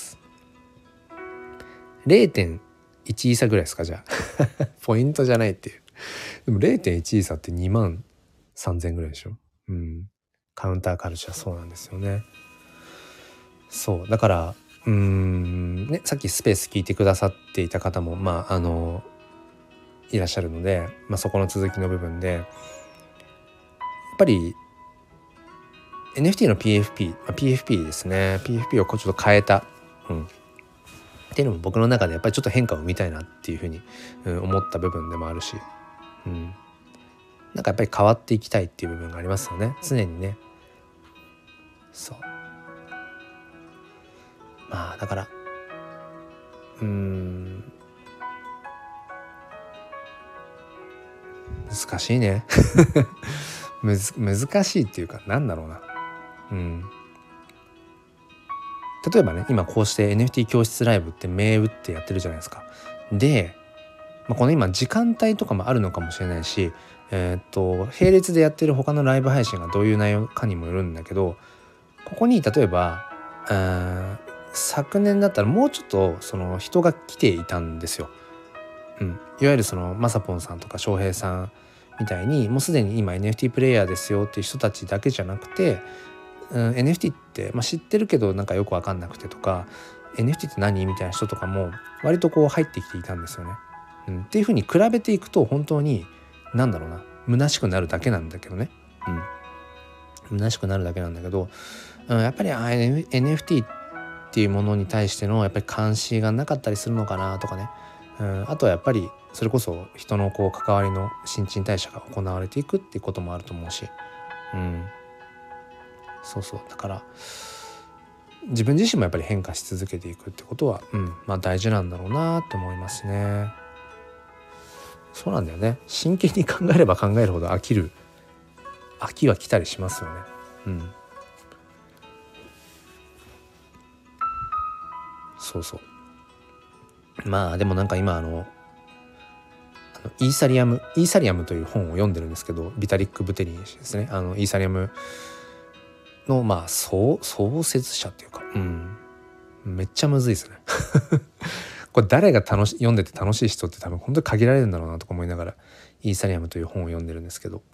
0.1 イーサぐらいですか？じゃあポイントじゃないっていう。でも 0.1 イーサって2万3000ぐらいでしょ。カウンターカルチャー、そうなんですよね。そうだからね、さっきスペース聞いてくださっていた方もいらっしゃるので、そこの続きの部分でやっぱり NFT の PFP ですね。PFP をこうちょっと変えた、っていうのも僕の中でやっぱりちょっと変化を生みたいなっていうふうに、思った部分でもあるし、なんかやっぱり変わっていきたいっていう部分がありますよね、常にね。そうだから難しいね難しいっていうかなんだろうな。例えばね今こうして NFT 教室ライブって銘打ってやってるじゃないですか。で、この今時間帯とかもあるのかもしれないし、並列でやってる他のライブ配信がどういう内容かにもよるんだけど、ここに例えば昨年だったらもうちょっとその人が来ていたんですよ。いわゆるそのまさぽんさんとか翔平さんみたいにもうすでに今 NFT プレイヤーですよっていう人たちだけじゃなくて、NFT って、知ってるけどなんかよく分かんなくてとか NFT って何みたいな人とかも割とこう入ってきていたんですよね。っていうふうに比べていくと本当になんだろうな、虚しくなるだけなんだけどね。虚しくなるだけなんだけど、やっぱりNFT っていうものに対してのやっぱり監視がなかったりするのかなとかね。あとはやっぱりそれこそ人のこう関わりの新陳代謝が行われていくっていうこともあると思うし、そうだから自分自身もやっぱり変化し続けていくってことは、大事なんだろうなって思いますね。そうなんだよね。真剣に考えれば考えるほど飽きは来たりしますよね。そうでもなんか今イーサリアムという本を読んでるんですけど、ビタリック・ブテリン氏ですね。イーサリアムの創設者っていうか、めっちゃむずいですねこれ誰が読んでて楽しい人って多分本当に限られるんだろうなとか思いながらイーサリアムという本を読んでるんですけど、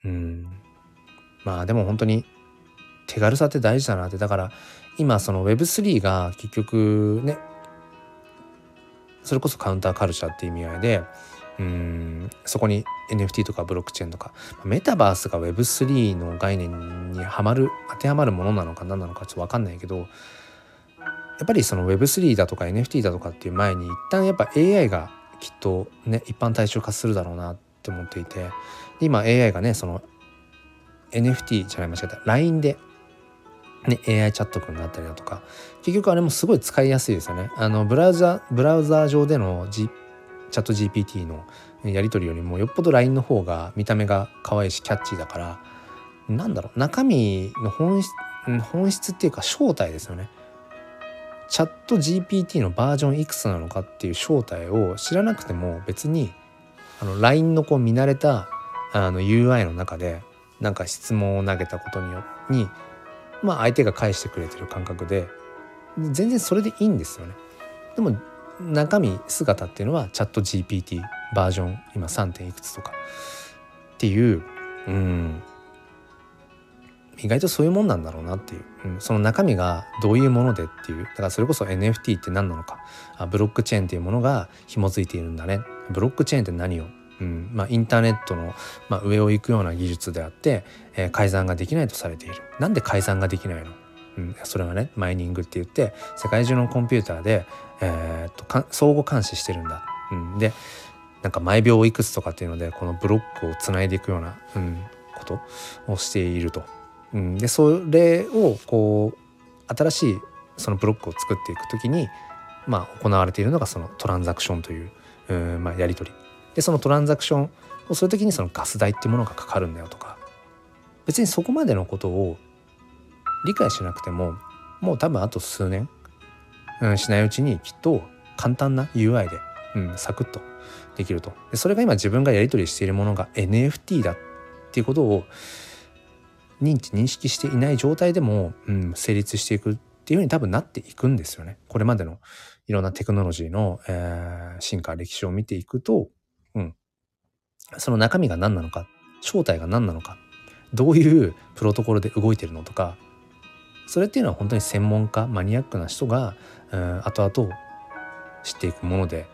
でも本当に手軽さって大事だなって。だから今その Web3 が結局ね、それこそカウンターカルチャーっていう意味合いでそこに NFT とかブロックチェーンとかメタバースが Web3 の概念に当てはまるものなのか何なのかちょっと分かんないけど、やっぱりその Web3 だとか NFT だとかっていう前に一旦やっぱ AI がきっとね一般大衆化するだろうなって思っていて、今 AI がねその NFT じゃない間違えた LINE でね、AI チャット君があったりだとか、結局あれもすごい使いやすいですよね。ブラウザー上での、チャット GPT のやり取りよりもよっぽど LINE の方が見た目が可愛いしキャッチーだから、中身の本質っていうか正体ですよね。チャット GPT のバージョンいくつなのかっていう正体を知らなくても別にLINE の見慣れたUI の中でなんか質問を投げたことに相手が返してくれてる感覚で全然それでいいんですよね。でも中身姿っていうのはチャット GPT バージョン今 3. いくつとかっていう意外とそういうもんなんだろうなっていう、その中身がどういうものでっていう、だからそれこそ NFT って何なのか、ブロックチェーンっていうものが紐づいているんだね。ブロックチェーンって何をインターネットの、上を行くような技術であって、改ざんができないとされている。なんで改ざんができないの？それはねマイニングって言って世界中のコンピューターで、相互監視してるんだ。でなんか毎秒いくつとかっていうのでこのブロックをつないでいくような、ことをしていると。でそれを新しいそのブロックを作っていくときに、行われているのがそのトランザクションという、やり取りで、そのトランザクションをするときにそのガス代っていうものがかかるんだよとか、別にそこまでのことを理解しなくてももう多分あと数年、しないうちにきっと簡単な UI で、サクッとできると。でそれが今自分がやり取りしているものが NFT だっていうことを認識していない状態でも、成立していくっていうふうに多分なっていくんですよね。これまでのいろんなテクノロジーの、進化歴史を見ていくと、その中身が何なのか、正体が何なのか、どういうプロトコルで動いてるのとか、それっていうのは本当に専門家マニアックな人が、後々知っていくもので、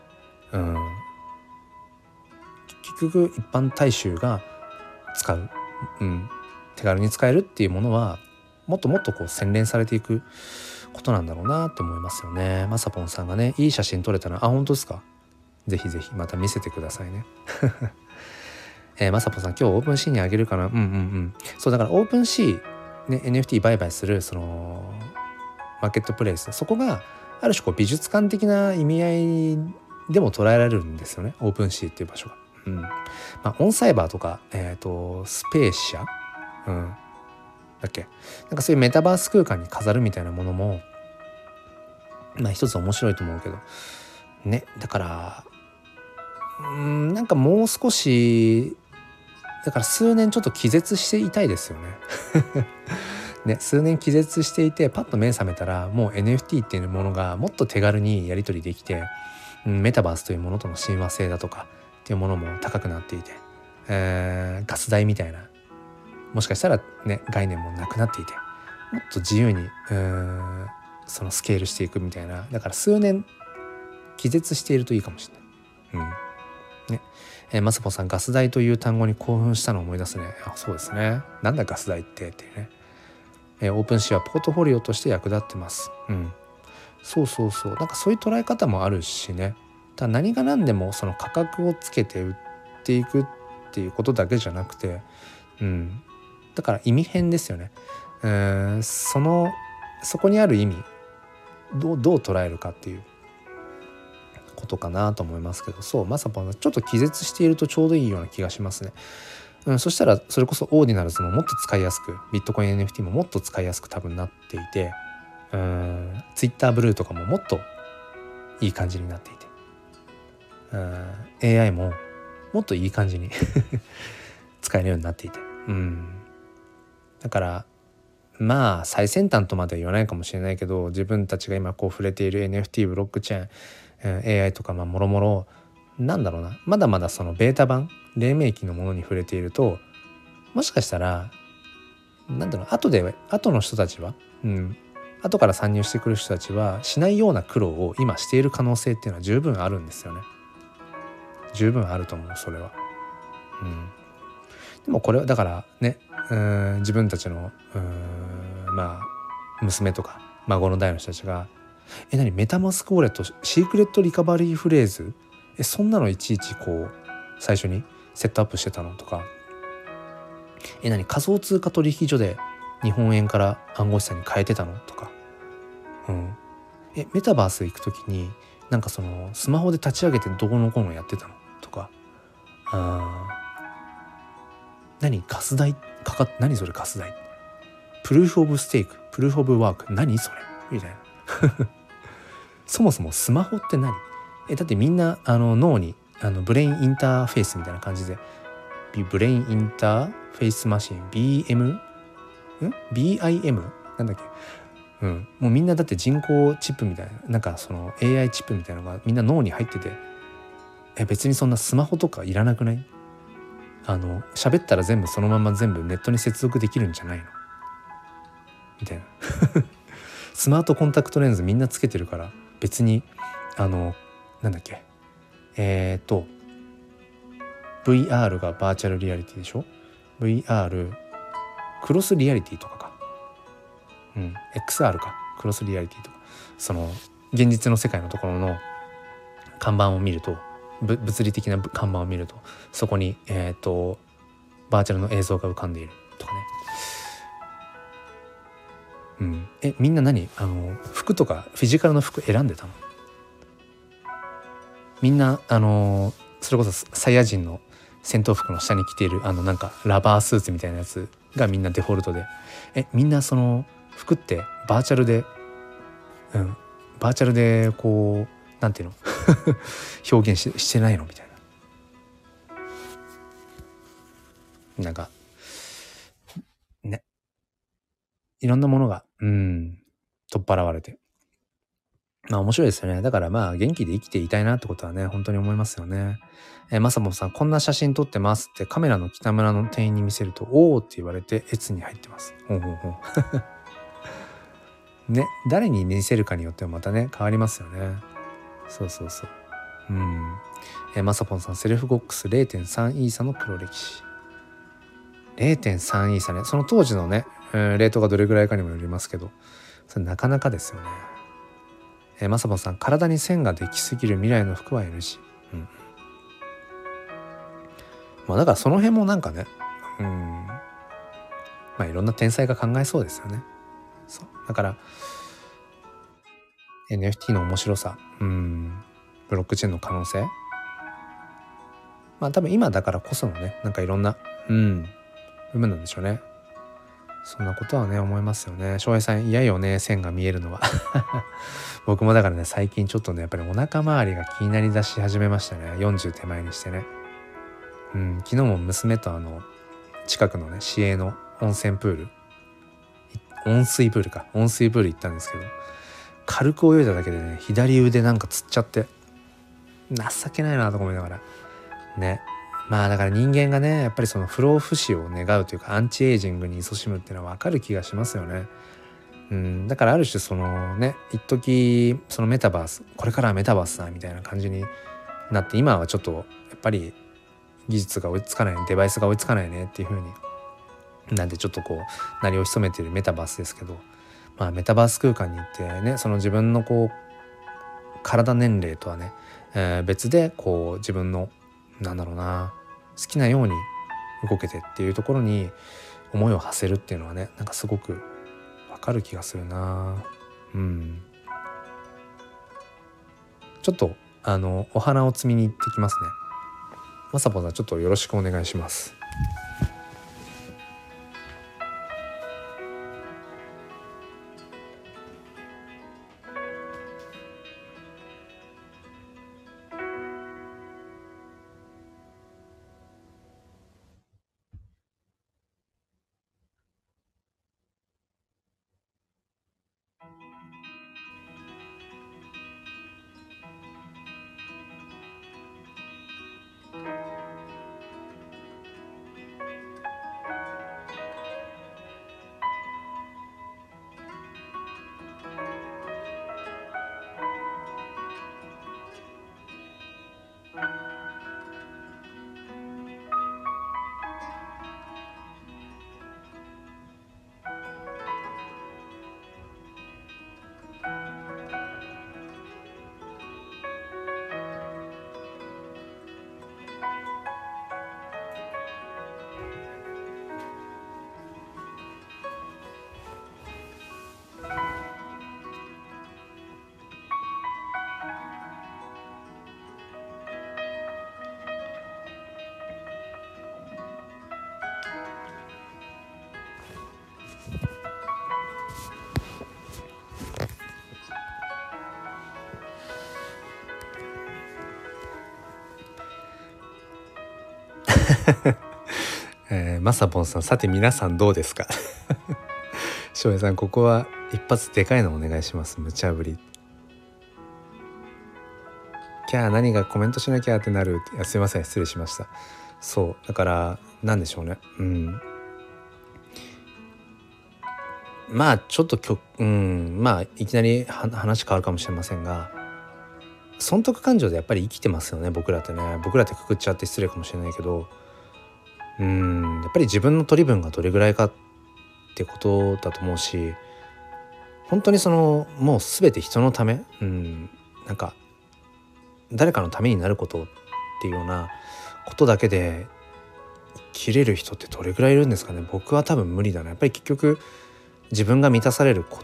結局一般大衆が使う、手軽に使えるっていうものはもっともっと洗練されていくことなんだろうなって思いますよね。まさぽんさんがねいい写真撮れたら本当ですか？ぜひぜひまた見せてくださいねまさぽんさん今日オープンシーにあげるかな。そうだからオープンシー、ね、NFT 売買するそのマーケットプレイス、そこがある種美術館的な意味合いでも捉えられるんですよね、オープンシーっていう場所が。オンサイバーとか、スペーシア、だっけ、なんかそういうメタバース空間に飾るみたいなものも一つ面白いと思うけどね。だからなんかもう少しだから数年ちょっと気絶していたいですよねね、数年気絶していてパッと目覚めたらもう NFT っていうものがもっと手軽にやり取りできて、メタバースというものとの親和性だとかっていうものも高くなっていて、ガス代みたいなもしかしたらね概念もなくなっていて、もっと自由にそのスケールしていくみたいな。だから数年気絶しているといいかもしれない。まさぽさんガス代という単語に興奮したのを思い出すね。そうですね。なんだガス代っていうね。オープンシーはポートフォリオとして役立ってます。そうなんかそういう捉え方もあるしね。ただ何が何でもその価格をつけて売っていくっていうことだけじゃなくて、だから意味変ですよね。そこにある意味どう捉えるかっていうことかなと思いますけど、そうまさぽんちょっと気絶しているとちょうどいいような気がしますね。そしたらそれこそオーディナルズももっと使いやすく、ビットコイン NFT ももっと使いやすく多分なっていて、ツイッターブルーとかももっといい感じになっていて、AI ももっといい感じに使えるようになっていて、だからまあ最先端とまでは言わないかもしれないけど、自分たちが今こう触れている NFT、ブロックチェーン、AI とかもろもろなんだろうな、まだまだそのベータ版黎明期のものに触れていると、もしかしたらなんだろう、後の人たちは、後から参入してくる人たちはしないような苦労を今している可能性っていうのは十分あるんですよね。十分あると思う、それは。でもこれはだからね、自分たちのまあ娘とか孫の代の人たちが何メタマスクウォレットシークレットリカバリーフレーズそんなのいちいちこう最初にセットアップしてたのとか、何仮想通貨取引所で日本円から暗号資産に変えてたのとか、メタバース行くときになんかそのスマホで立ち上げてどこのこうのやってたのとか、ガス代かかって、何それガス代、プルーフオブステーク、プルーフオブワーク、何それみたいなそもそもスマホって何？だってみんな脳にブレインインターフェースみたいな感じで、ブレインインターフェイスマシン BIM なんだっけ、もうみんなだって人工チップみたいな、なんかその AI チップみたいなのがみんな脳に入ってて、別にそんなスマホとかいらなくない？喋ったら全部そのまま全部ネットに接続できるんじゃないのみたいなスマートコンタクトレンズみんなつけてるから別になんだっけVR がバーチャルリアリティでしょ。 VR クロスリアリティとかか、XR か、クロスリアリティとか、その現実の世界のところの看板を見ると、物理的な看板を見るとそこにバーチャルの映像が浮かんでいるとかね。みんな服とかフィジカルの服選んでたの？みんなそれこそサイヤ人の戦闘服の下に着ているなんかラバースーツみたいなやつがみんなデフォルトで、みんなその服ってバーチャルでこうなんていうの表現してないのみたいな、なんかね、いろんなものが取っ払われて、面白いですよね。だから元気で生きていたいなってことはね本当に思いますよね。まさもさん、こんな写真撮ってますってカメラの北村の店員に見せるとおーって言われて越に入ってます。ほうね、誰に見せるかによってはまたね変わりますよね。そうまさぽんさん、セルフゴックス 0.3 イーサの黒歴史。 0.3 イーサね、その当時のね、レートがどれぐらいかにもよりますけど、それなかなかですよね。まさぽんさん、体に線ができすぎる未来の服は NG。だからその辺もなんかね、いろんな天才が考えそうですよね。そうだから NFT の面白さ、ブロックチェーンの可能性、多分今だからこそのね、なんかいろんな部分なんでしょうね。そんなことはね思いますよね。翔平さん、嫌よね線が見えるのは僕もだからね最近ちょっとねやっぱりお腹周りが気になりだし始めましたね。40手前にしてね。昨日も娘と近くのね市営の温水プール行ったんですけど、軽く泳いだだけでね左腕なんかつっちゃって情けないなと思いながらね。だから人間がねやっぱりその不老不死を願うというかアンチエイジングに勤しむっていうのは分かる気がしますよね。だからある種そのね一時そのメタバース、これからはメタバースだみたいな感じになって、今はちょっとやっぱり技術が追いつかない、デバイスが追いつかないねっていう風になんでちょっとこう鳴りを潜めているメタバースですけど、メタバース空間に行ってね、その自分のこう体年齢とはね、別でこう自分の好きなように動けてっていうところに思いを馳せるっていうのはね、なんかすごくわかる気がするな。ちょっとお花を摘みに行ってきますね。まさぽんさん、ちょっとよろしくお願いします。 まさぽんさん、さて皆さんどうですか？翔平さん、ここは一発でかいのお願いします。無茶ぶり。キャー、何がコメントしなきゃってなる。いや、すいません、失礼しました。そうだからなんでしょうね。まあちょっとまあいきなり話変わるかもしれませんが、損得感情でやっぱり生きてますよね、僕らってね。僕らってくくっちゃって失礼かもしれないけど、やっぱり自分の取り分がどれぐらいかってことだと思うし、本当にもう全て人のため、なんか誰かのためになることっていうようなことだけで生きれる人ってどれぐらいいるんですかね。僕は多分無理だな。やっぱり結局自分が満たされること、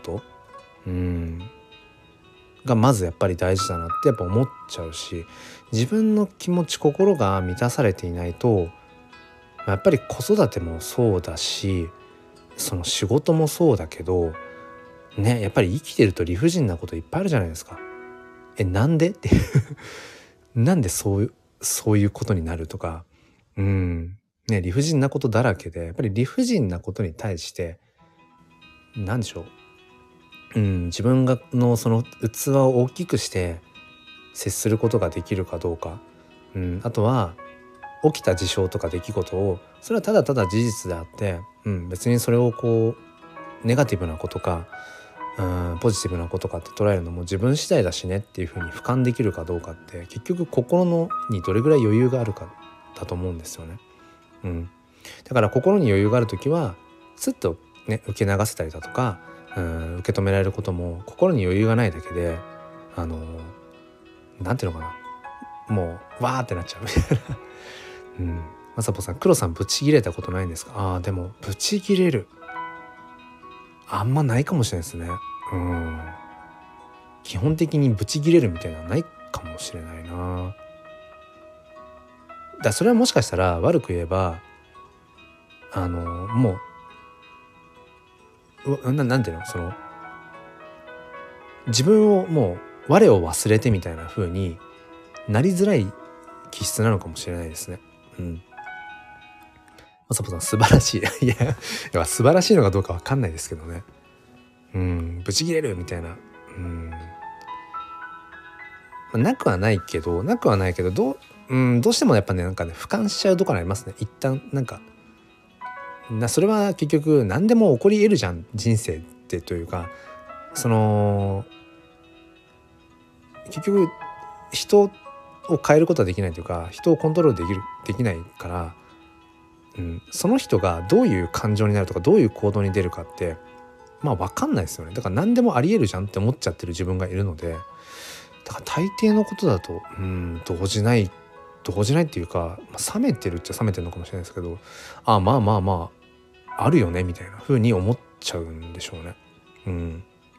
がまずやっぱり大事だなってやっぱ思っちゃうし、自分の気持ち心が満たされていないと、やっぱり子育てもそうだし、その仕事もそうだけどね、やっぱり生きてると理不尽なこといっぱいあるじゃないですか。なんでってなんでそういうことになるとか、理不尽なことだらけで、やっぱり理不尽なことに対して何でしょう、自分のその器を大きくして接することができるかどうか、あとは起きた事象とか出来事を、それはただただ事実であって、別にそれをこうネガティブなことか、ポジティブなことかって捉えるのも自分次第だしねっていうふうに俯瞰できるかどうかって、結局心にどれぐらい余裕があるかだと思うんですよね。だから心に余裕がある時はスッとね受け流せたりだとか、受け止められることも、心に余裕がないだけでなんていうのかな、もうわーってなっちゃうみたいな。まさぽさん、黒さんブチ切れたことないんですか？でもブチ切れるあんまないかもしれないですね。基本的にブチ切れるみたいなのはないかもしれないな。それはもしかしたら悪く言えばもうなんていうの、自分をもう我を忘れてみたいな風になりづらい気質なのかもしれないですね。まさぽさん素晴らしい。いや素晴らしいのかどうかわかんないですけどね。ブチ切れるみたいな、なくはないけどどうしてもやっぱね俯瞰しちゃうところありますね。一旦それは結局何でも起こり得るじゃん人生ってというか、結局人を変えることはできないというか、人をコントロールできないから、その人がどういう感情になるとかどういう行動に出るかって分かんないですよね。だから何でもあり得るじゃんって思っちゃってる自分がいるので、だから大抵のことだと動じないっていうか、冷めてるっちゃ冷めてるのかもしれないですけど、まああるよねみたいな風に思っちゃうんでしょうね。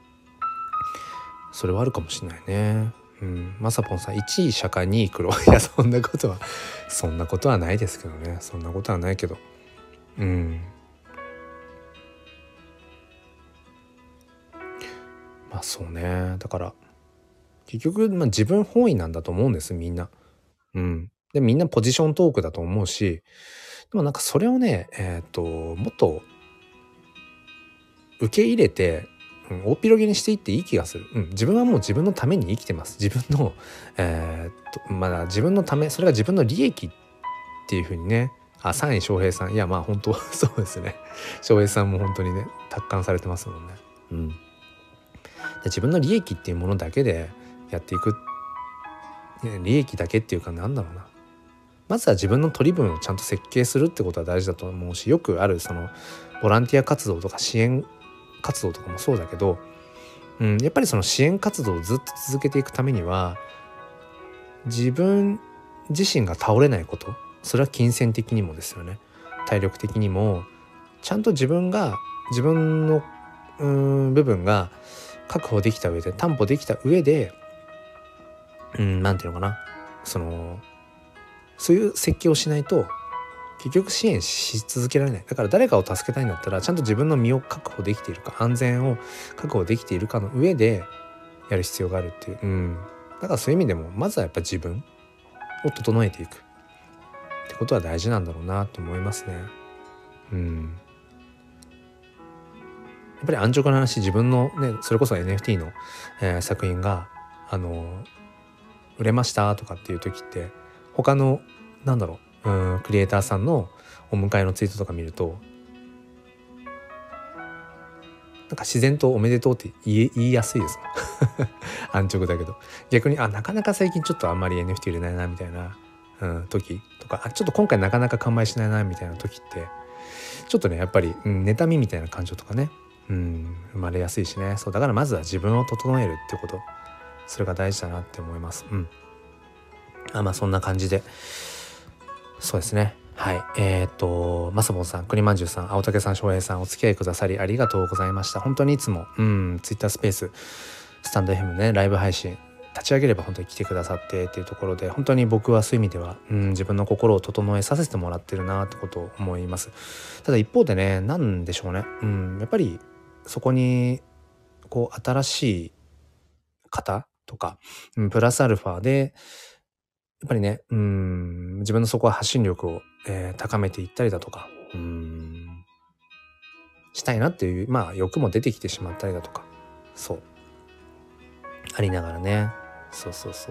それはあるかもしれないね。まさぽんさん、1位釈迦2位黒。いやそんなことはないですけどね。そんなことはないけど、そうね。だから結局自分本位なんだと思うんです、みんな。でみんなポジショントークだと思うし、でもそれをねもっと受け入れて、大広げにしていっていい気がする。自分はもう自分のために生きてます。自分の自分のため、それが自分の利益っていう風にね。3位翔平さん、いや本当そうですね。翔平さんも本当にね達観されてますもんね。で自分の利益っていうものだけでやっていく、利益だけっていうかまずは自分の取り分をちゃんと設計するってことは大事だと思うし、よくあるボランティア活動とか支援活動とかもそうだけど、やっぱりその支援活動をずっと続けていくためには、自分自身が倒れないこと、それは金銭的にもですよね、体力的にもちゃんと自分の部分が確保できた上で、担保できた上で、なんていうのかな、そういう設計をしないと結局支援し続けられない。だから誰かを助けたいんだったら、ちゃんと自分の身を確保できているか、安全を確保できているかの上でやる必要があるっていう。だからそういう意味でもまずはやっぱ自分を整えていく。 ってことは大事なんだろうなと思いますね。やっぱり安直な話、自分のね、それこそ NFT の、作品が売れましたとかっていう時って、他のクリエイターさんのお迎えのツイートとか見ると、なんか自然とおめでとうって言いやすいですもん安直だけど、逆になかなか最近ちょっとあんまり NFT 売れないなみたいな、時とか、ちょっと今回なかなか完売しないなみたいな時って、ちょっとねやっぱり、妬みみたいな感情とかね、生まれやすいしね。そうだからまずは自分を整えるってこと、それが大事だなって思います。まあそんな感じで、そうですね。はい。まさぼんさん、くりまんじゅうさん、青竹さん、翔平さん、お付き合いくださりありがとうございました。本当にいつも、ツイッタースペース、スタンド FM ね、ライブ配信、立ち上げれば本当に来てくださってっていうところで、本当に僕はそういう意味では、自分の心を整えさせてもらってるなってことを思います。ただ一方でね、なんでしょうね。やっぱりそこに、こう、新しい方とか、プラスアルファで、やっぱりね、自分のそこは発信力を、高めていったりだとか、したいなっていう、欲も出てきてしまったりだとか、そう。ありながらね。そうそうそう。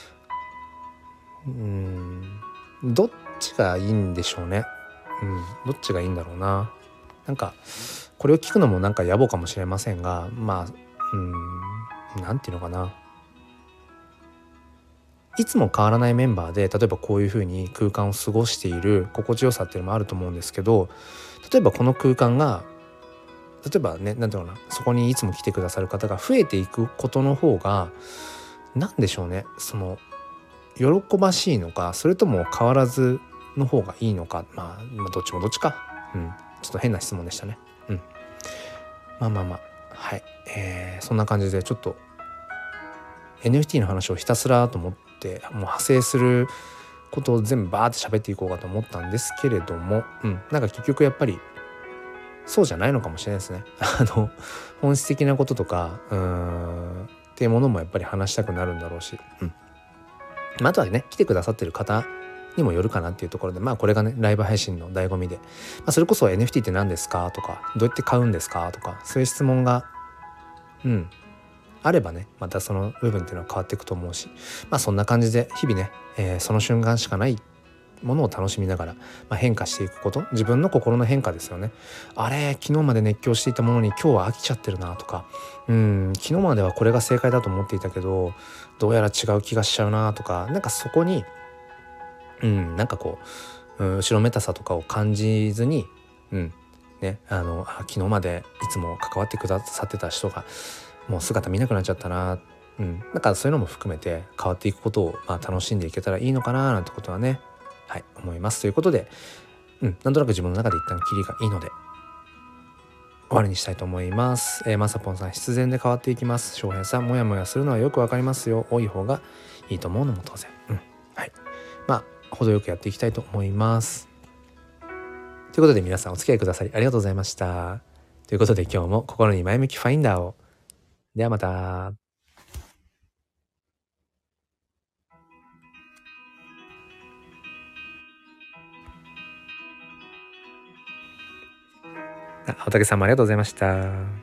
どっちがいいんでしょうね。どっちがいいんだろうな。なんか、これを聞くのもなんか野暮かもしれませんが、なんていうのかな。いつも変わらないメンバーで、例えばこういう風に空間を過ごしている心地よさっていうのもあると思うんですけど、例えばこの空間が、例えばね、なんていうのかな、そこにいつも来てくださる方が増えていくことの方が、なんでしょうね、その喜ばしいのか、それとも変わらずの方がいいのか、どっちもどっちか。ちょっと変な質問でしたね。はい、そんな感じでちょっと NFT の話をひたすらと思ってもう派生することを全部バーって喋っていこうかと思ったんですけれども、なんか結局やっぱりそうじゃないのかもしれないですね。本質的なこととかっていうものもやっぱり話したくなるんだろうし、あとはね、来てくださってる方にもよるかなっていうところで、これがねライブ配信の醍醐味で、それこそ NFT って何ですかとか、どうやって買うんですかとか、そういう質問があればね、またその部分っていうのは変わっていくと思うし、そんな感じで日々ね、その瞬間しかないものを楽しみながら、変化していくこと、自分の心の変化ですよね。あれ、昨日まで熱狂していたものに今日は飽きちゃってるなとか、昨日まではこれが正解だと思っていたけどどうやら違う気がしちゃうなとか、なんかそこになんかこう、後ろめたさとかを感じずに、昨日までいつも関わってくださってた人がもう姿見なくなっちゃったな、なんかそういうのも含めて変わっていくことを楽しんでいけたらいいのかななんてことはね、思います。ということで、なんとなく自分の中で一旦キリがいいので終わりにしたいと思います。まさぽんさん、必然で変わっていきます。翔平さん、もやもやするのはよくわかりますよ。多い方がいいと思うのも当然。はい。程よくやっていきたいと思います。ということで皆さんお付き合いくださりありがとうございました。ということで今日も心に前向きファインダーを。ではまた。青竹さんもありがとうございました。